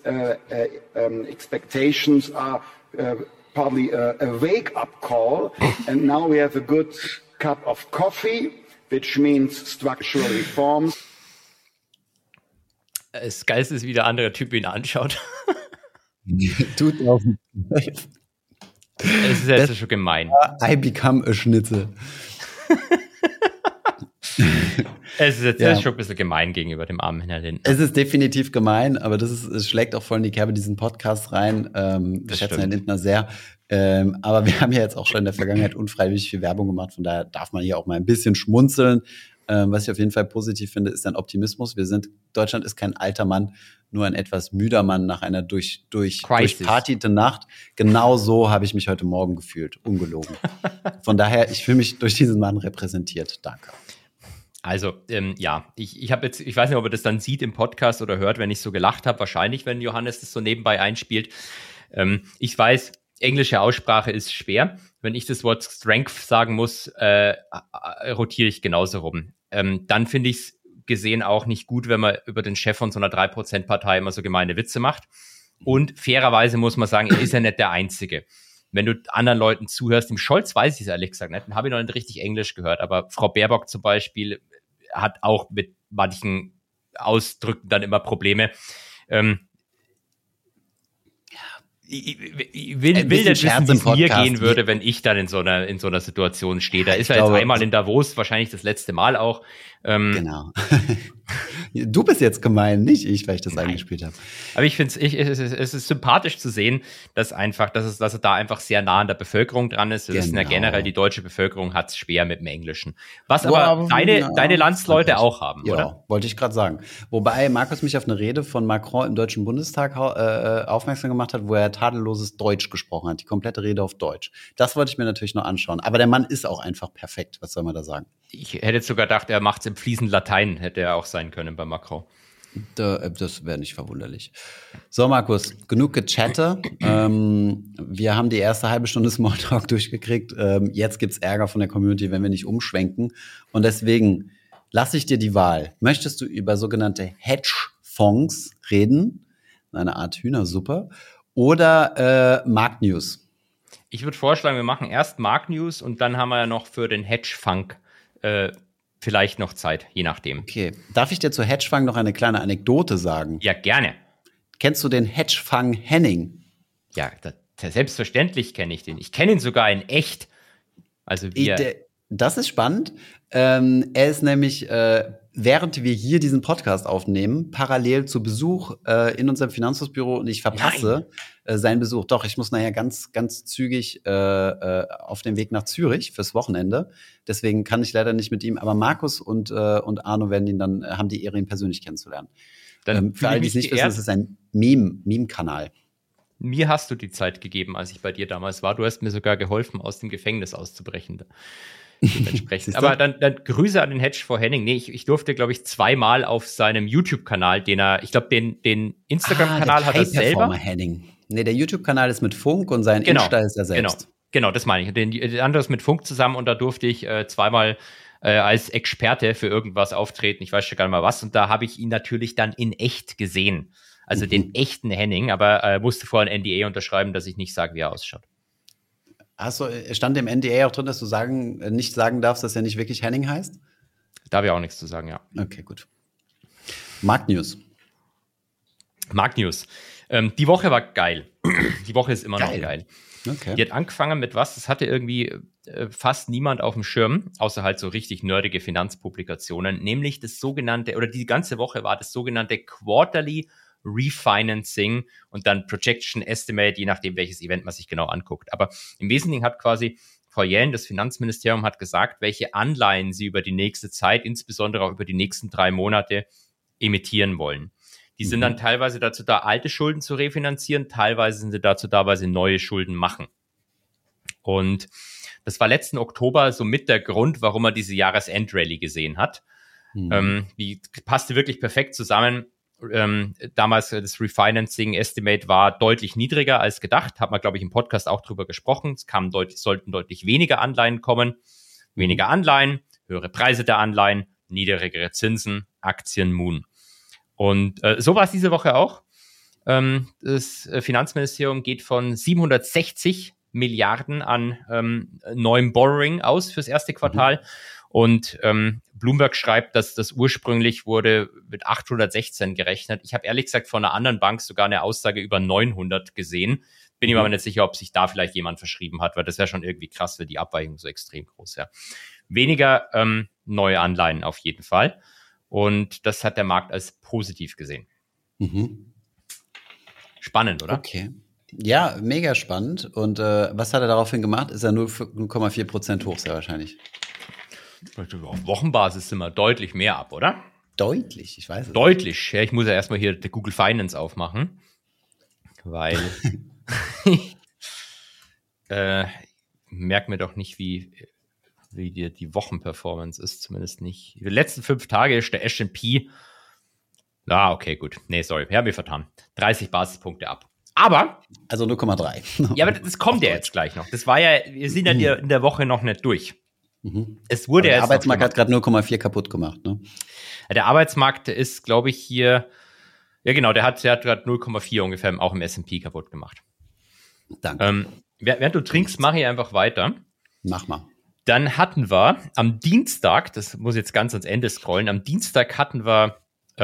expectations are probably a wake-up call, and now we have a good cup of coffee, which means structural reforms. Das Geilste ist, wie der andere Typ ihn anschaut. Tut auf. Es ist jetzt schon gemein. I become a Schnitzel. Es ist jetzt schon ein bisschen gemein gegenüber dem armen Herrn Lindner. Es ist definitiv gemein, aber es schlägt auch voll in die Kerbe diesen Podcast rein. Wir schätzen Herrn Lindner sehr. Aber wir haben ja jetzt auch schon in der Vergangenheit unfreiwillig viel Werbung gemacht. Von daher darf man hier auch mal ein bisschen schmunzeln. Was ich auf jeden Fall positiv finde, ist ein Optimismus. Deutschland ist kein alter Mann, nur ein etwas müder Mann nach einer durchpartiete Nacht. Genau so habe ich mich heute Morgen gefühlt. Ungelogen. Von daher, ich fühle mich durch diesen Mann repräsentiert. Danke. Also, ich habe jetzt, ich weiß nicht, ob er das dann sieht im Podcast oder hört, wenn ich so gelacht habe. Wahrscheinlich, wenn Johannes das so nebenbei einspielt. Ich weiß, englische Aussprache ist schwer. Wenn ich das Wort Strength sagen muss, rotiere ich genauso rum. Dann finde ich es gesehen auch nicht gut, wenn man über den Chef von so einer 3%-Partei immer so gemeine Witze macht. Und fairerweise muss man sagen, er ist ja nicht der Einzige. Wenn du anderen Leuten zuhörst, dem Scholz weiß ich es ehrlich gesagt nicht, dann habe ich noch nicht richtig Englisch gehört, aber Frau Baerbock zum Beispiel hat auch mit manchen Ausdrücken dann immer Probleme. Ich will nicht wissen, wie es mir gehen würde, wenn ich dann in so einer Situation stehe. Da ist er jetzt einmal in Davos, wahrscheinlich das letzte Mal auch. Genau. Du bist jetzt gemein, nicht ich, weil ich das eingespielt habe. Aber ich finde es ist sympathisch zu sehen, dass er da einfach sehr nah an der Bevölkerung dran ist. Wir wissen ja generell, die deutsche Bevölkerung hat es schwer mit dem Englischen. Was aber deine Landsleute auch haben, oder? Ja, wollte ich gerade sagen. Wobei Markus mich auf eine Rede von Macron im Deutschen Bundestag aufmerksam gemacht hat, wo er tadelloses Deutsch gesprochen hat. Die komplette Rede auf Deutsch. Das wollte ich mir natürlich noch anschauen. Aber der Mann ist auch einfach perfekt. Was soll man da sagen? Ich hätte jetzt sogar gedacht, er macht es im fließend Latein, hätte er auch sein können bei Macron. Das wäre nicht verwunderlich. So, Markus, genug Gechatte. Wir haben die erste halbe Stunde Smalltalk durchgekriegt. Jetzt gibt's Ärger von der Community, wenn wir nicht umschwenken. Und deswegen lasse ich dir die Wahl. Möchtest du über sogenannte Hedgefonds reden? Eine Art Hühnersuppe. Oder Marktnews? Ich würde vorschlagen, wir machen erst Marktnews und dann haben wir ja noch für den Hedgefonds vielleicht noch Zeit, je nachdem. Okay. Darf ich dir zu Hedgefonds noch eine kleine Anekdote sagen? Ja, gerne. Kennst du den Hedgefonds Henning? Ja, selbstverständlich kenne ich den. Ich kenne ihn sogar in echt. Also das ist spannend. Er ist nämlich, während wir hier diesen Podcast aufnehmen, parallel zu Besuch in unserem Finanzhofsbüro und ich verpasse seinen Besuch. Doch, ich muss nachher ganz, ganz zügig auf den Weg nach Zürich fürs Wochenende. Deswegen kann ich leider nicht mit ihm. Aber Markus und Arno haben die Ehre, ihn persönlich kennenzulernen. Für alle, die es nicht wissen, es ist ein Meme-Kanal. Mir hast du die Zeit gegeben, als ich bei dir damals war. Du hast mir sogar geholfen, aus dem Gefängnis auszubrechen. Dementsprechend. Aber dann Grüße an den Hedgefonds Henning. Nee, ich durfte, glaube ich, 2-mal auf seinem YouTube-Kanal, den Instagram-Kanal hat er selber. Henning. Nee, der YouTube-Kanal ist mit Funk und sein Insta ist er selbst. Genau, das meine ich. Den andere ist mit Funk zusammen und da durfte ich zweimal als Experte für irgendwas auftreten. Ich weiß schon gar nicht mal was. Und da habe ich ihn natürlich dann in echt gesehen. Also den echten Henning, aber musste vorher ein NDA unterschreiben, dass ich nicht sage, wie er ausschaut. Achso, stand im NDA auch drin, dass du nicht sagen darfst, dass er nicht wirklich Henning heißt? Darf ich auch nichts zu sagen, ja. Okay, gut. Marktnews. Die Woche war geil. Die Woche ist immer noch geil. Okay. Die hat angefangen mit was? Das hatte irgendwie fast niemand auf dem Schirm, außer halt so richtig nerdige Finanzpublikationen, nämlich das sogenannte, oder die ganze Woche war das sogenannte Quarterly Refinancing und dann Projection Estimate, je nachdem, welches Event man sich genau anguckt. Aber im Wesentlichen hat quasi Frau Yellen, das Finanzministerium, hat gesagt, welche Anleihen sie über die nächste Zeit, insbesondere auch über die nächsten 3 Monate, emittieren wollen. Die sind dann teilweise dazu da, alte Schulden zu refinanzieren, teilweise sind sie dazu da, weil sie neue Schulden machen. Und das war letzten Oktober so mit der Grund, warum man diese Jahresend-Rally gesehen hat. Die passte wirklich perfekt zusammen. Damals das Refinancing-Estimate war deutlich niedriger als gedacht. Hat man, glaube ich, im Podcast auch drüber gesprochen. Es sollten deutlich weniger Anleihen kommen. Weniger Anleihen, höhere Preise der Anleihen, niedrigere Zinsen, Aktien, Moon. Und so war es diese Woche auch. Das Finanzministerium geht von 760 Milliarden an neuem Borrowing aus fürs erste Quartal. Und Bloomberg schreibt, dass das ursprünglich wurde mit 816 gerechnet. Ich habe ehrlich gesagt von einer anderen Bank sogar eine Aussage über 900 gesehen. Bin mir aber nicht sicher, ob sich da vielleicht jemand verschrieben hat, weil das wäre schon irgendwie krass, weil die Abweichung so extrem groß wäre. Weniger neue Anleihen auf jeden Fall. Und das hat der Markt als positiv gesehen. Spannend, oder? Okay. Ja, mega spannend. Und was hat er daraufhin gemacht? Ist er 0,4% hoch, sehr wahrscheinlich. Auf Wochenbasis sind wir deutlich mehr ab, oder? Deutlich, ich weiß es. Deutlich. Ja, ich muss ja erstmal hier die Google Finance aufmachen. Weil merk mir doch nicht, wie die Wochenperformance ist, zumindest nicht. Die letzten 5 Tage ist der S&P. Okay, gut. Nee, sorry, ich habe mich vertan. 30 Basispunkte ab. Aber. Also 0,3. Ja, aber das kommt ja jetzt gleich noch. Das war ja, wir sind ja in der Woche noch nicht durch. Es wurde der Arbeitsmarkt hat gerade 0,4 kaputt gemacht, ne? Der Arbeitsmarkt ist, glaube ich, hier. Ja, genau, der hat gerade 0,4 ungefähr auch im S&P kaputt gemacht. Danke. Während du trinkst, mache ich einfach weiter. Mach mal. Dann hatten wir am Dienstag, das muss jetzt ganz ans Ende scrollen, am Dienstag hatten wir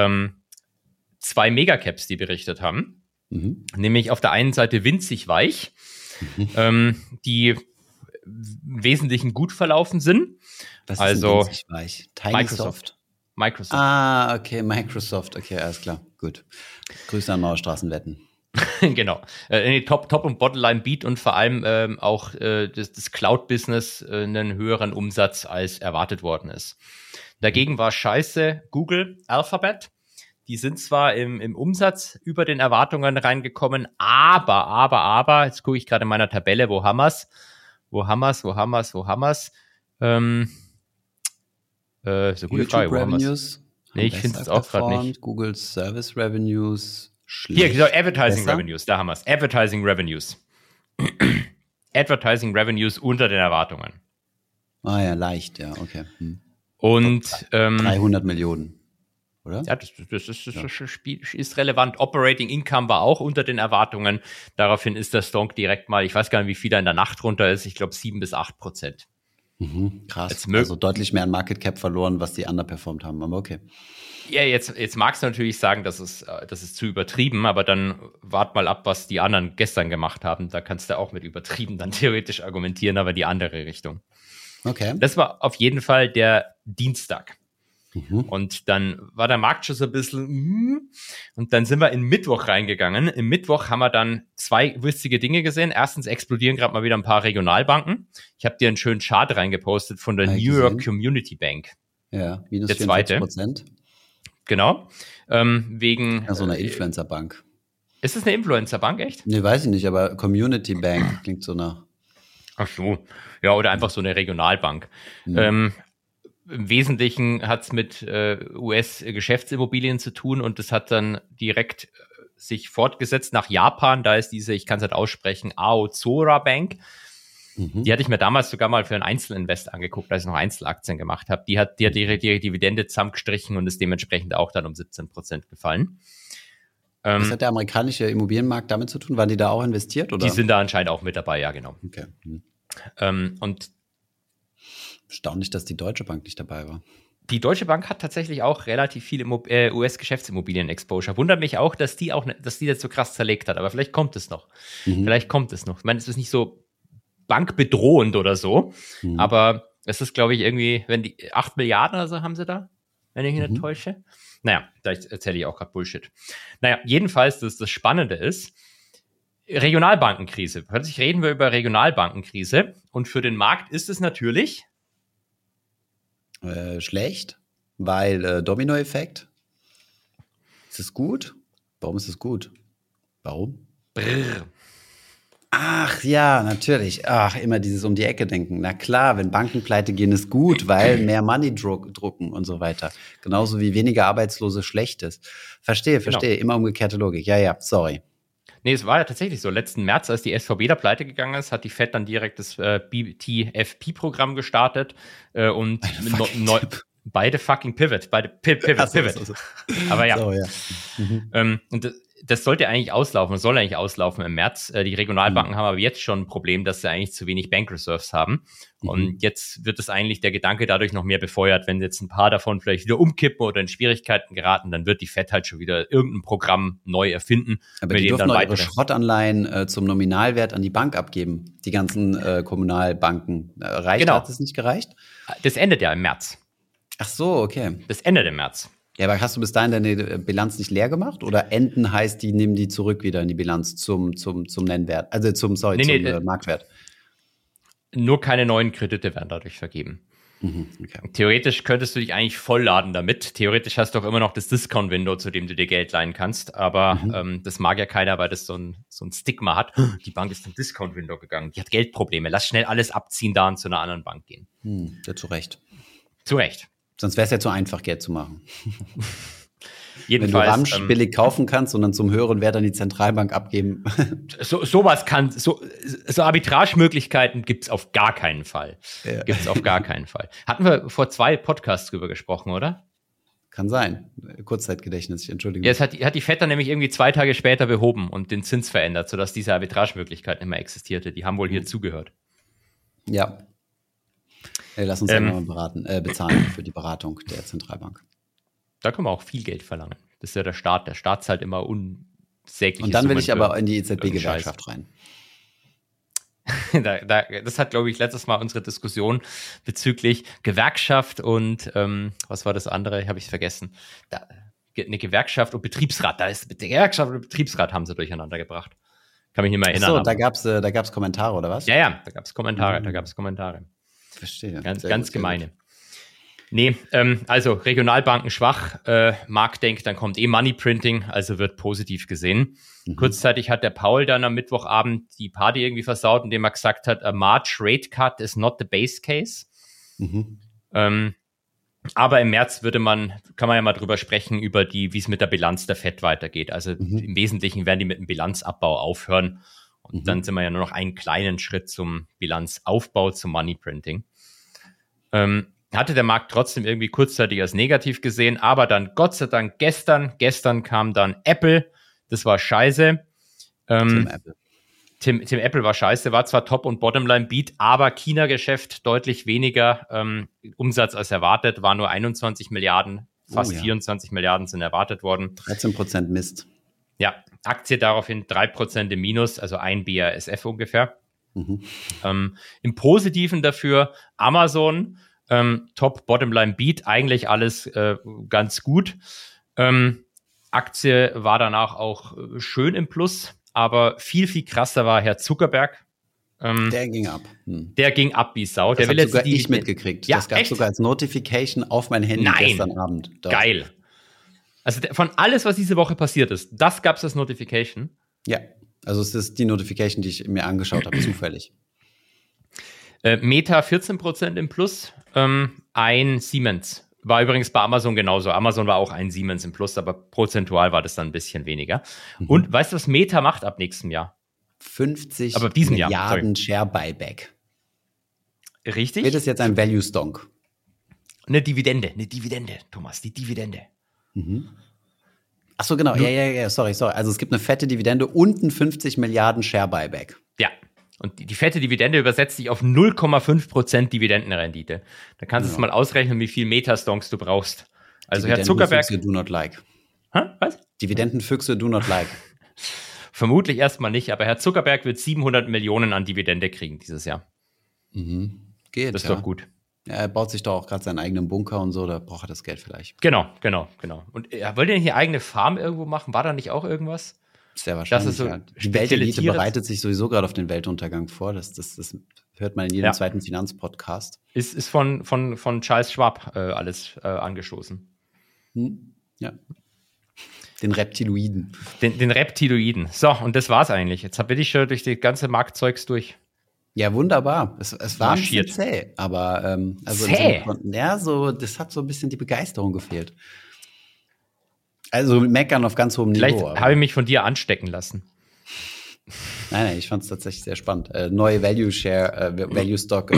2 Megacaps, die berichtet haben. Nämlich auf der einen Seite winzig weich, die im Wesentlichen gut verlaufen sind. Was also ist winzig weich? Microsoft. Okay, Microsoft. Okay, alles klar. Gut. Grüße an Mauerstraßenwetten. Genau. Top und Bottomline Beat und vor allem auch das Cloud-Business einen höheren Umsatz als erwartet worden ist. Dagegen war scheiße Google, Alphabet. Die sind zwar im Umsatz über den Erwartungen reingekommen, aber, jetzt gucke ich gerade in meiner Tabelle, wo haben wir's? Ist eine gute Frage. Revenues ich finde es auch gerade nicht. Google Service Revenues schlecht. Hier, genau, Advertising Revenues, da haben wir es. Advertising Revenues unter den Erwartungen. Ah ja, leicht, ja, okay. Und 300 Millionen, oder? Ja, das ist relevant. Operating Income war auch unter den Erwartungen. Daraufhin ist der Stock direkt mal, ich weiß gar nicht, wie viel er in der Nacht runter ist, ich glaube 7-8%. Krass, also deutlich mehr an Market Cap verloren, was die underperformed haben, aber okay. Ja, jetzt magst du natürlich sagen, das ist zu übertrieben, aber dann wart mal ab, was die anderen gestern gemacht haben. Da kannst du auch mit übertrieben dann theoretisch argumentieren, aber die andere Richtung. Okay. Das war auf jeden Fall der Dienstag. Und dann war der Markt schon so ein bisschen und dann sind wir in Mittwoch reingegangen. Im Mittwoch haben wir dann 2 witzige Dinge gesehen. Erstens explodieren gerade mal wieder ein paar Regionalbanken. Ich habe dir einen schönen Chart reingepostet von der New York Community Bank. Ja, minus der zweite. 44%. Genau. Wegen so einer Influencer-Bank. Ist es eine Influencer-Bank, echt? Nee, weiß ich nicht, aber Community Bank klingt so nach. Ach so. Ja, oder einfach so eine Regionalbank. Im Wesentlichen hat es mit US-Geschäftsimmobilien zu tun und das hat dann direkt sich fortgesetzt nach Japan. Da ist diese, ich kann es halt aussprechen, Aozora Bank. Die hatte ich mir damals sogar mal für einen Einzelinvest angeguckt, als ich noch Einzelaktien gemacht habe. Die hat ihre Dividende zusammengestrichen und ist dementsprechend auch dann um 17% gefallen. Was hat der amerikanische Immobilienmarkt damit zu tun? Waren die da auch investiert? Oder? Die sind da anscheinend auch mit dabei, ja, genau. Okay. Und erstaunlich, dass die Deutsche Bank nicht dabei war. Die Deutsche Bank hat tatsächlich auch relativ viel US-Geschäftsimmobilien-Exposure. Wundert mich auch, dass die das so krass zerlegt hat. Aber vielleicht kommt es noch. Vielleicht kommt es noch. Ich meine, es ist nicht so bankbedrohend oder so. Aber es ist, glaube ich, irgendwie, wenn die 8 Milliarden oder so haben sie da, wenn ich mich nicht täusche. Naja, da erzähle ich auch gerade Bullshit. Naja, jedenfalls, das Spannende ist, Regionalbankenkrise. Plötzlich reden wir über Regionalbankenkrise. Und für den Markt ist es natürlich schlecht, weil Dominoeffekt. Ist es gut? Warum ist es gut? Warum? Brrr. Ach ja, natürlich. Ach, immer dieses um die Ecke denken. Na klar, wenn Banken pleite gehen, ist gut, weil mehr Money drucken und so weiter. Genauso wie weniger Arbeitslose schlecht ist. Verstehe. Genau. Immer umgekehrte Logik. Ja, sorry. Nee, es war ja tatsächlich so. Letzten März, als die SVB da pleite gegangen ist, hat die Fed dann direkt das BTFP-Programm gestartet und beide fucking Pivot. Pivot. Aber ja. So, ja. Und das sollte eigentlich auslaufen, soll eigentlich auslaufen im März. Die Regionalbanken haben aber jetzt schon ein Problem, dass sie eigentlich zu wenig Bank Reserves haben. Und jetzt wird es eigentlich der Gedanke dadurch noch mehr befeuert. Wenn jetzt ein paar davon vielleicht wieder umkippen oder in Schwierigkeiten geraten, dann wird die Fed halt schon wieder irgendein Programm neu erfinden. Aber die dürfen doch ihre Schrottanleihen zum Nominalwert an die Bank abgeben. Die ganzen Kommunalbanken. Hat es nicht gereicht? Das endet ja im März. Ach so, okay. Das endet im März. Ja, aber hast du bis dahin deine Bilanz nicht leer gemacht? Oder enden heißt, die nehmen die zurück wieder in die Bilanz zum Nennwert, also zum Marktwert? Nur keine neuen Kredite werden dadurch vergeben. Okay. Theoretisch könntest du dich eigentlich vollladen damit. Theoretisch hast du auch immer noch das Discount-Window, zu dem du dir Geld leihen kannst. Aber das mag ja keiner, weil das so ein Stigma hat. Die Bank ist zum Discount-Window gegangen. Die hat Geldprobleme. Lass schnell alles abziehen da und zu einer anderen Bank gehen. Ja, zu Recht. Zu Recht. Sonst wäre es ja zu einfach, Geld zu machen. Jedenfalls, wenn du Ramsch billig kaufen kannst und dann zum höheren Wert an die Zentralbank abgeben. So Arbitragemöglichkeiten gibt's auf gar keinen Fall. Ja. Gibt's auf gar keinen Fall. Hatten wir vor 2 Podcasts drüber gesprochen, oder? Kann sein. Kurzzeitgedächtnis, ich entschuldige. Ja, es hat die Fed dann nämlich irgendwie 2 Tage später behoben und den Zins verändert, sodass diese Arbitragemöglichkeit nicht mehr existierte. Die haben wohl hier zugehört. Ja. Lass uns mal bezahlen für die Beratung der Zentralbank. Da können wir auch viel Geld verlangen. Das ist ja der Staat. Der Staat zahlt immer unsägliche Und dann will ich aber in die EZB-Gewerkschaft rein. Das hat, glaube ich, letztes Mal unsere Diskussion bezüglich Gewerkschaft und was war das andere? Habe ich vergessen. Eine Gewerkschaft und Betriebsrat. Gewerkschaft und Betriebsrat haben sie durcheinander gebracht. Kann mich nicht mehr erinnern. Ach so, da gab's Kommentare, oder was? Ja, da gab's Kommentare. Verstehe. Ganz gemeine. Nee, also Regionalbanken schwach. Markt denkt, dann kommt Money-Printing, also wird positiv gesehen. Kurzzeitig hat der Paul dann am Mittwochabend die Party irgendwie versaut, indem er gesagt hat, a March rate cut is not the base case. Aber im März kann man ja mal drüber sprechen, wie es mit der Bilanz der Fed weitergeht. Also im Wesentlichen werden die mit dem Bilanzabbau aufhören. Und dann sind wir ja nur noch einen kleinen Schritt zum Bilanzaufbau, zum Money-Printing. Hatte der Markt trotzdem irgendwie kurzzeitig als negativ gesehen, aber dann Gott sei Dank gestern kam dann Apple, das war scheiße. Tim Apple war scheiße, war zwar Top- und Bottomline-Beat, aber China-Geschäft deutlich weniger Umsatz als erwartet, war nur 21 Milliarden, fast 24 Milliarden sind erwartet worden. 13% Mist. Ja, Aktie daraufhin 3% im Minus, also ein BASF ungefähr. Im Positiven dafür Amazon, Top, Bottomline, Beat, eigentlich alles ganz gut. Aktie war danach auch schön im Plus, aber viel krasser war Herr Zuckerberg. Der ging ab. Der ging ab wie Sau. Das habe sogar ich mitgekriegt. Ja, das gab sogar als Notification auf mein Handy gestern Abend. Doch. Geil. Also von alles, was diese Woche passiert ist, das gab es als Notification. Ja, also es ist die Notification, die ich mir angeschaut habe, zufällig. Meta 14% im Plus, ein Siemens. War übrigens bei Amazon genauso. Amazon war auch ein Siemens im Plus, aber prozentual war das dann ein bisschen weniger. Und weißt du, was Meta macht ab nächstem Jahr? 50 aber diesem Milliarden Share Buyback. Richtig. Wird es jetzt ein Value-Stonk? Eine Dividende, Thomas, die Dividende. Ach so, genau. Ja, sorry. Also es gibt eine fette Dividende und ein 50 Milliarden Share-Buyback. Ja, und die fette Dividende übersetzt sich auf 0,5% Dividendenrendite. Da kannst du es mal ausrechnen, wie viel Metastonks du brauchst. Also Herr Zuckerberg... Dividendenfüchse do not like. Was? Dividendenfüchse do not like. Vermutlich erstmal nicht, aber Herr Zuckerberg wird 700 Millionen an Dividende kriegen dieses Jahr. Geht, das ist doch gut. Ja, er baut sich doch auch gerade seinen eigenen Bunker und so, da braucht er das Geld vielleicht. Genau. Und wollte er nicht eine eigene Farm irgendwo machen? War da nicht auch irgendwas? Sehr wahrscheinlich. So ja. Die Weltelite bereitet sich sowieso gerade auf den Weltuntergang vor. Das hört man in jedem zweiten Finanzpodcast. Ist von Charles Schwab alles angestoßen. Ja. Den Reptiloiden. Den Reptiloiden. So, und das war's eigentlich. Jetzt bin ich schon durch die ganze Marktzeugs durch. Ja, wunderbar. Es war ein bisschen zäh, aber zäh? Das hat so ein bisschen die Begeisterung gefehlt. Also meckern auf ganz hohem Niveau. Vielleicht habe ich mich von dir anstecken lassen. Nein, ich fand es tatsächlich sehr spannend. Neue Value Stock,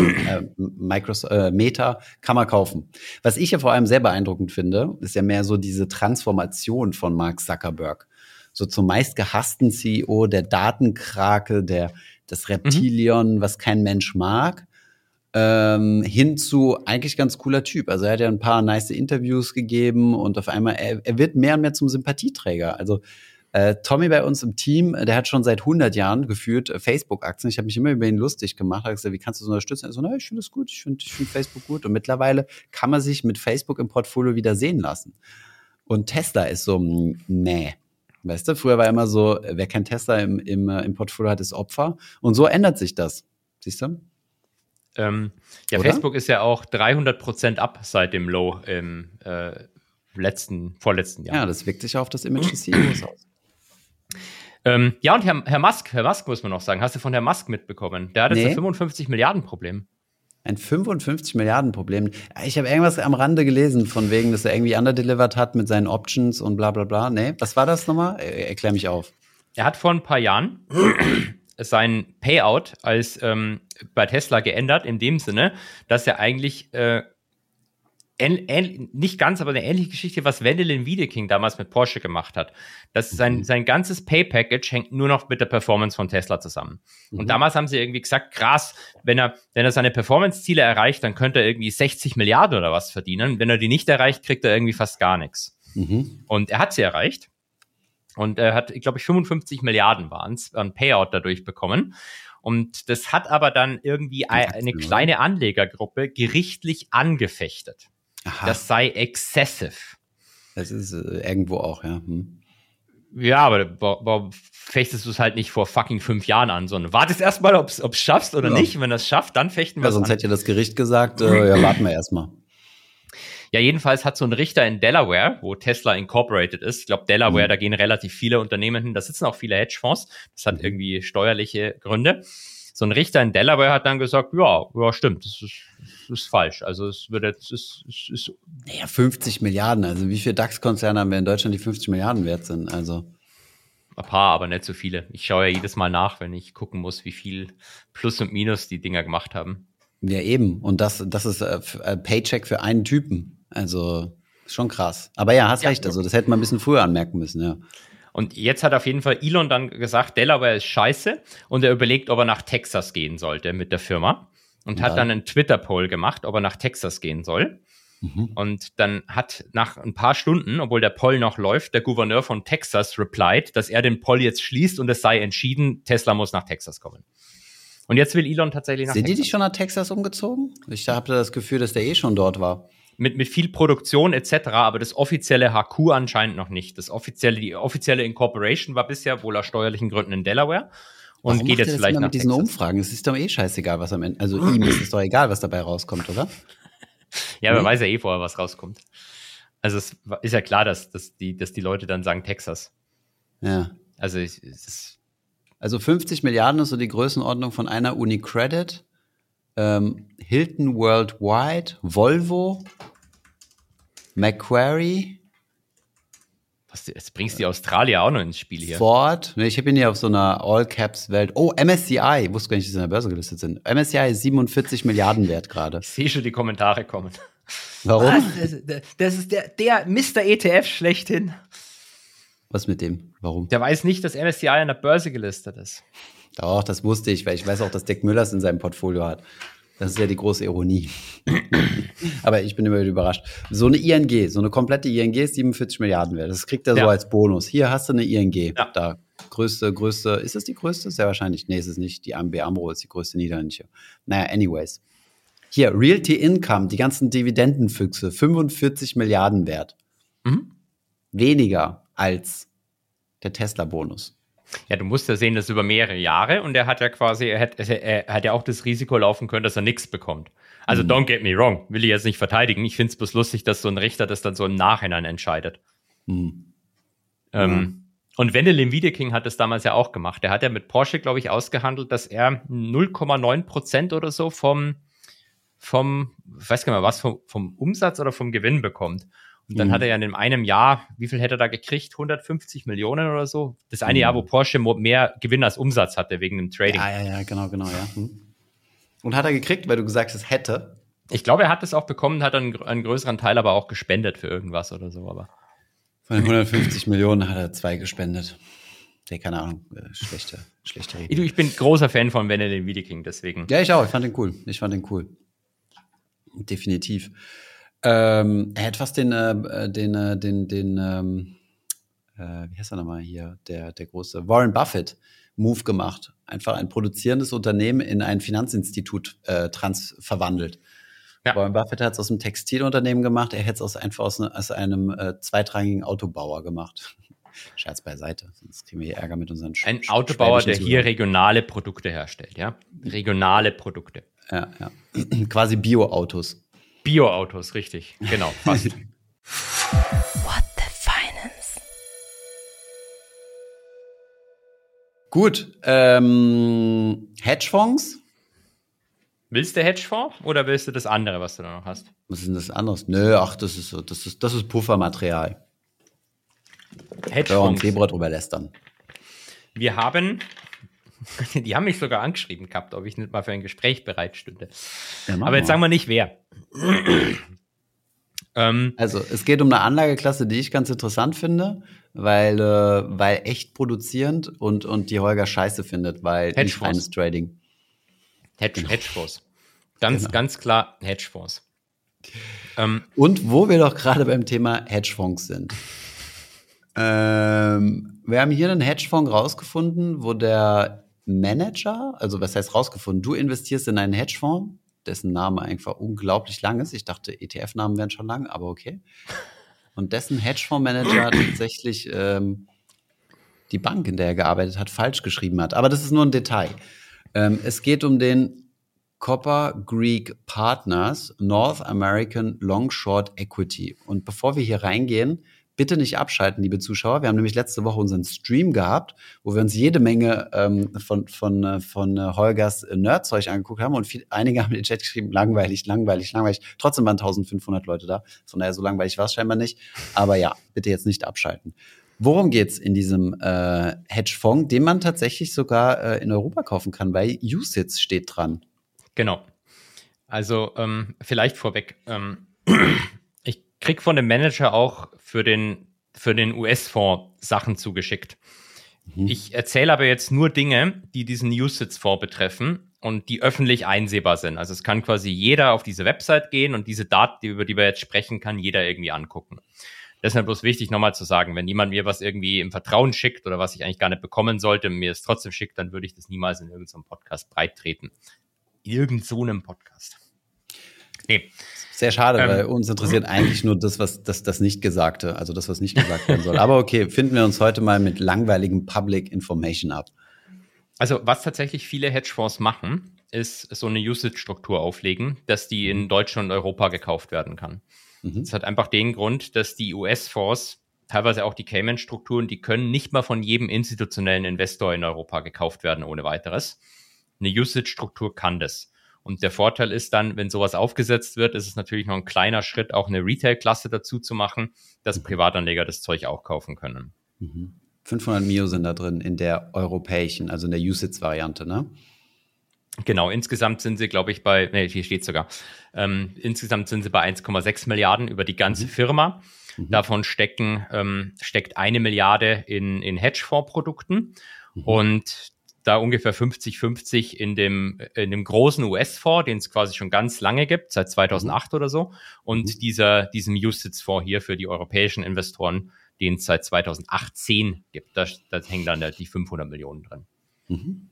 Meta kann man kaufen. Was ich ja vor allem sehr beeindruckend finde, ist ja mehr so diese Transformation von Mark Zuckerberg. So zum meistgehassten CEO der Datenkrake, das Reptilion, was kein Mensch mag, hin zu eigentlich ganz cooler Typ. Also er hat ja ein paar nice Interviews gegeben und auf einmal, er wird mehr und mehr zum Sympathieträger. Also Tommy bei uns im Team, der hat schon seit 100 Jahren geführt Facebook-Aktien. Ich habe mich immer über ihn lustig gemacht. Ich gesagt, wie kannst du das unterstützen? Er so, ich finde das gut, ich finde Facebook gut. Und mittlerweile kann man sich mit Facebook im Portfolio wieder sehen lassen. Und Tesla ist so, nee. Weißt du, früher war immer so, wer kein Tesla im Portfolio hat, ist Opfer. Und so ändert sich das. Siehst du? Facebook ist ja auch 300% ab seit dem Low im vorletzten Jahr. Ja, das wirkt sich auf das Image des CEOs aus. Ja, und Herr Musk muss man noch sagen. Hast du von Herrn Musk mitbekommen? Der hat jetzt ein 55 Milliarden Problem. Ein 55 Milliarden Problem. Ich habe irgendwas am Rande gelesen, von wegen, dass er irgendwie underdelivered hat mit seinen Options und bla bla bla. Nee, was war das nochmal? Erklär mich auf. Er hat vor ein paar Jahren sein Payout als bei Tesla geändert, in dem Sinne, dass er eigentlich nicht ganz, aber eine ähnliche Geschichte, was Wendelin Wiedeking damals mit Porsche gemacht hat. Das sein ganzes Pay-Package hängt nur noch mit der Performance von Tesla zusammen. Und damals haben sie irgendwie gesagt, krass, wenn er seine Performance-Ziele erreicht, dann könnte er irgendwie 60 Milliarden oder was verdienen. Wenn er die nicht erreicht, kriegt er irgendwie fast gar nichts. Und er hat sie erreicht. Und er hat, glaube ich, 55 Milliarden waren's an Payout dadurch bekommen. Und das hat aber dann irgendwie eine kleine Anlegergruppe gerichtlich angefechtet. Aha. Das sei excessive. Das ist irgendwo auch, ja. Ja, aber warum fechtest du es halt nicht vor fucking 5 Jahren an, sondern wartest erstmal, ob es schaffst oder nicht. Und wenn das schafft, dann fechten wir es an. Sonst hätte ja das Gericht gesagt, ja, warten wir erstmal. Ja, jedenfalls hat so ein Richter in Delaware, wo Tesla Incorporated ist, ich glaube Delaware, da gehen relativ viele Unternehmen hin, da sitzen auch viele Hedgefonds, das hat irgendwie steuerliche Gründe. So ein Richter in Delaware hat dann gesagt, ja, stimmt, das ist falsch. Also es wird jetzt, ist naja, 50 Milliarden, also wie viele DAX-Konzerne haben wir in Deutschland, die 50 Milliarden wert sind? Also ein paar, aber nicht so viele. Ich schaue ja jedes Mal nach, wenn ich gucken muss, wie viel Plus und Minus die Dinger gemacht haben. Ja, eben. Und das ist ein Paycheck für einen Typen. Also schon krass. Aber ja, hast recht. Also das hätte man ein bisschen früher anmerken müssen, ja. Und jetzt hat auf jeden Fall Elon dann gesagt, Delaware ist scheiße. Und er überlegt, ob er nach Texas gehen sollte mit der Firma. Und hat dann einen Twitter-Poll gemacht, ob er nach Texas gehen soll. Und dann hat nach ein paar Stunden, obwohl der Poll noch läuft, der Gouverneur von Texas replied, dass er den Poll jetzt schließt und es sei entschieden, Tesla muss nach Texas kommen. Und jetzt will Elon tatsächlich nach Texas. Sind die nicht schon nach Texas umgezogen? Ich habe das Gefühl, dass der schon dort war. Mit viel Produktion etc., aber das offizielle HQ anscheinend noch nicht. Die offizielle Incorporation war bisher wohl aus steuerlichen Gründen in Delaware und warum geht jetzt vielleicht nach mit diesen Umfragen? Es ist doch scheißegal, was am Ende, also ihm ist es doch egal, was dabei rauskommt, oder? Ja, aber weiß ja vorher, was rauskommt. Also es ist ja klar, dass die Leute dann sagen Texas. Ja. Also also 50 Milliarden ist so die Größenordnung von einer UniCredit, Hilton Worldwide, Volvo, Macquarie, Jetzt bringst du die Australier auch noch ins Spiel hier. Ford, ich habe ihn hier auf so einer All-Caps-Welt. Oh, MSCI, ich wusste gar nicht, dass sie in der Börse gelistet sind. MSCI ist 47 Milliarden wert gerade. Ich sehe schon die Kommentare kommen. Warum? Das ist der Mr. ETF schlechthin. Was mit dem? Warum? Der weiß nicht, dass MSCI an der Börse gelistet ist. Doch, das wusste ich, weil ich weiß auch, dass Dirk Müllers in seinem Portfolio hat. Das ist ja die große Ironie. Aber ich bin immer wieder überrascht. So eine ING, so eine komplette ING ist 47 Milliarden wert. Das kriegt er so als Bonus. Hier hast du eine ING. Ja. Da, größte, ist es die größte? Sehr wahrscheinlich. Nee, ist es nicht. Die AMB AMRO ist die größte niederländische. Naja, anyways. Hier, Realty Income, die ganzen Dividendenfüchse, 45 Milliarden wert. Mhm. Weniger als der Tesla-Bonus. Ja, du musst ja sehen, das über mehrere Jahre und er hat ja quasi, er hat ja auch das Risiko laufen können, dass er nichts bekommt. Also don't get me wrong, will ich jetzt nicht verteidigen. Ich finde es bloß lustig, dass so ein Richter das dann so im Nachhinein entscheidet. Und Wendelin Wiedeking hat das damals ja auch gemacht. Der hat ja mit Porsche, glaube ich, ausgehandelt, dass er 0,9% oder so vom, ich weiß gar nicht mehr was, vom Umsatz oder vom Gewinn bekommt. Und dann hat er ja in einem Jahr, wie viel hätte er da gekriegt? 150 Millionen oder so? Das eine Jahr, wo Porsche mehr Gewinn als Umsatz hatte, wegen dem Trading. Ja, genau, ja. Und hat er gekriegt, weil du gesagt hast, hätte? Ich glaube, er hat es auch bekommen, hat einen größeren Teil aber auch gespendet für irgendwas oder so. Aber von den 150 Millionen hat er 2 gespendet. Keine Ahnung, schlechte Rede. Ich bin großer Fan von Wendelin Wiedeking, deswegen. Ja, ich auch, ich fand den cool. Definitiv. Er hat fast wie heißt er nochmal hier, der große Warren Buffett Move gemacht. Einfach ein produzierendes Unternehmen in ein Finanzinstitut verwandelt. Ja. Warren Buffett hat es aus einem Textilunternehmen gemacht, er hätte es einfach aus einem zweitrangigen Autobauer gemacht. Scherz beiseite, sonst kriegen wir hier Ärger mit unseren Ein Autobauer, der hier regionale Produkte herstellt, ja? Regionale Produkte. Ja. Quasi Bio-Autos. Bio-Autos, richtig. Genau, fast. What the Finance? Gut, Hedgefonds? Willst du Hedgefonds oder willst du das andere, was du da noch hast? Was ist denn das anderes? Nö, das ist Puffermaterial. Hedgefonds. Im Februar drüber lästern. Die haben mich sogar angeschrieben gehabt, ob ich nicht mal für ein Gespräch bereit stünde. Ja, aber jetzt sagen wir nicht, wer. Also es geht um eine Anlageklasse, die ich ganz interessant finde, weil echt produzierend und die Holger scheiße findet, weil nicht reines Trading. Hedgefonds. Ganz klar Hedgefonds. Und wo wir doch gerade beim Thema Hedgefonds sind. Wir haben hier einen Hedgefonds rausgefunden, wo der Manager, also was heißt rausgefunden, du investierst in einen Hedgefonds, dessen Name einfach unglaublich lang ist. Ich dachte, ETF-Namen wären schon lang, aber okay. Und dessen Hedgefondsmanager tatsächlich die Bank, in der er gearbeitet hat, falsch geschrieben hat. Aber das ist nur ein Detail. Es geht um den Copper Greek Partners North American Long Short Equity. Und bevor wir hier reingehen, bitte nicht abschalten, liebe Zuschauer. Wir haben nämlich letzte Woche unseren Stream gehabt, wo wir uns jede Menge von Holgers Nerdzeug angeguckt haben und einige haben in den Chat geschrieben, langweilig. Trotzdem waren 1500 Leute da. Von daher so langweilig war es scheinbar nicht. Aber ja, bitte jetzt nicht abschalten. Worum geht's in diesem Hedgefonds, den man tatsächlich sogar in Europa kaufen kann, weil UCITS steht dran. Genau. Also vielleicht vorweg. Ich krieg von dem Manager auch für den US-Fonds Sachen zugeschickt. Ich erzähle aber jetzt nur Dinge, die diesen UCITS-Fonds betreffen und die öffentlich einsehbar sind. Also es kann quasi jeder auf diese Website gehen und diese Daten, über die wir jetzt sprechen, kann jeder irgendwie angucken. Das ist mir bloß wichtig, nochmal zu sagen, wenn jemand mir was irgendwie im Vertrauen schickt oder was ich eigentlich gar nicht bekommen sollte und mir es trotzdem schickt, dann würde ich das niemals in irgendeinem Podcast breittreten. Irgend so einem Podcast. Nee. Sehr schade, weil uns interessiert eigentlich nur das Nicht-Gesagte, also das, was nicht gesagt werden soll. Aber okay, finden wir uns heute mal mit langweiligem Public Information ab. Also was tatsächlich viele Hedgefonds machen, ist so eine Usage-Struktur auflegen, dass die in Deutschland und Europa gekauft werden kann. Das hat einfach den Grund, dass die US-Fonds, teilweise auch die Cayman-Strukturen, die können nicht mal von jedem institutionellen Investor in Europa gekauft werden ohne weiteres. Eine Usage-Struktur kann das. Und der Vorteil ist dann, wenn sowas aufgesetzt wird, ist es natürlich noch ein kleiner Schritt, auch eine Retail-Klasse dazu zu machen, dass Privatanleger das Zeug auch kaufen können. 500 Mio sind da drin in der europäischen, also in der UCITS-Variante, ne? Genau, insgesamt sind sie, glaube ich, hier steht sogar, insgesamt sind sie bei 1,6 Milliarden über die ganze Firma. Davon steckt 1 Milliarde in Hedgefonds-Produkten und da ungefähr 50-50 in dem großen US-Fonds, den es quasi schon ganz lange gibt, seit 2008 oder so, und diesem UCITS-Fonds hier für die europäischen Investoren, den es seit 2018 gibt. Da hängen dann die 500 Millionen drin.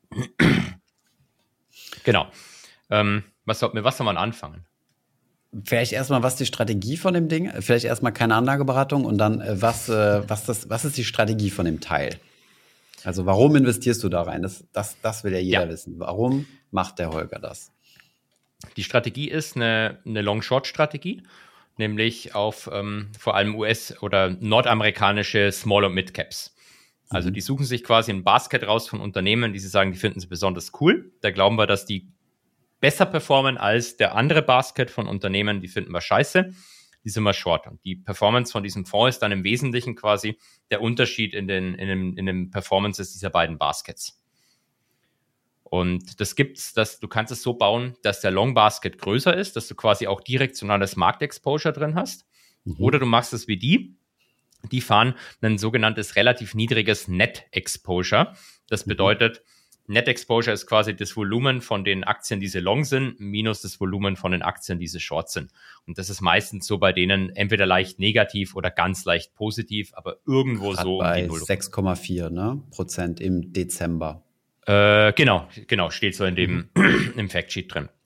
Genau. Was soll man anfangen? Vielleicht erstmal, was ist die Strategie von dem Ding? Vielleicht erstmal keine Anlageberatung und dann, was ist die Strategie von dem Teil? Also warum investierst du da rein? Das will ja jeder wissen. Warum macht der Holger das? Die Strategie ist eine Long-Short-Strategie, nämlich auf vor allem US- oder nordamerikanische Small- und Mid-Caps. Also die suchen sich quasi ein Basket raus von Unternehmen, die sie sagen, die finden sie besonders cool. Da glauben wir, dass die besser performen als der andere Basket von Unternehmen, die finden wir scheiße. Die sind wir short. Und die Performance von diesem Fonds ist dann im Wesentlichen quasi der Unterschied in den Performances dieser beiden Baskets. Und du kannst es so bauen, dass der Long Basket größer ist, dass du quasi auch direktionales Marktexposure drin hast. Oder du machst es wie die fahren ein sogenanntes relativ niedriges Net Exposure. Das bedeutet, Net Exposure ist quasi das Volumen von den Aktien, die sie long sind, minus das Volumen von den Aktien, die sie short sind. Und das ist meistens so bei denen entweder leicht negativ oder ganz leicht positiv, aber irgendwo Grad so bei um die 6,4, ne, Prozent im Dezember. Genau, steht so in dem im Factsheet drin.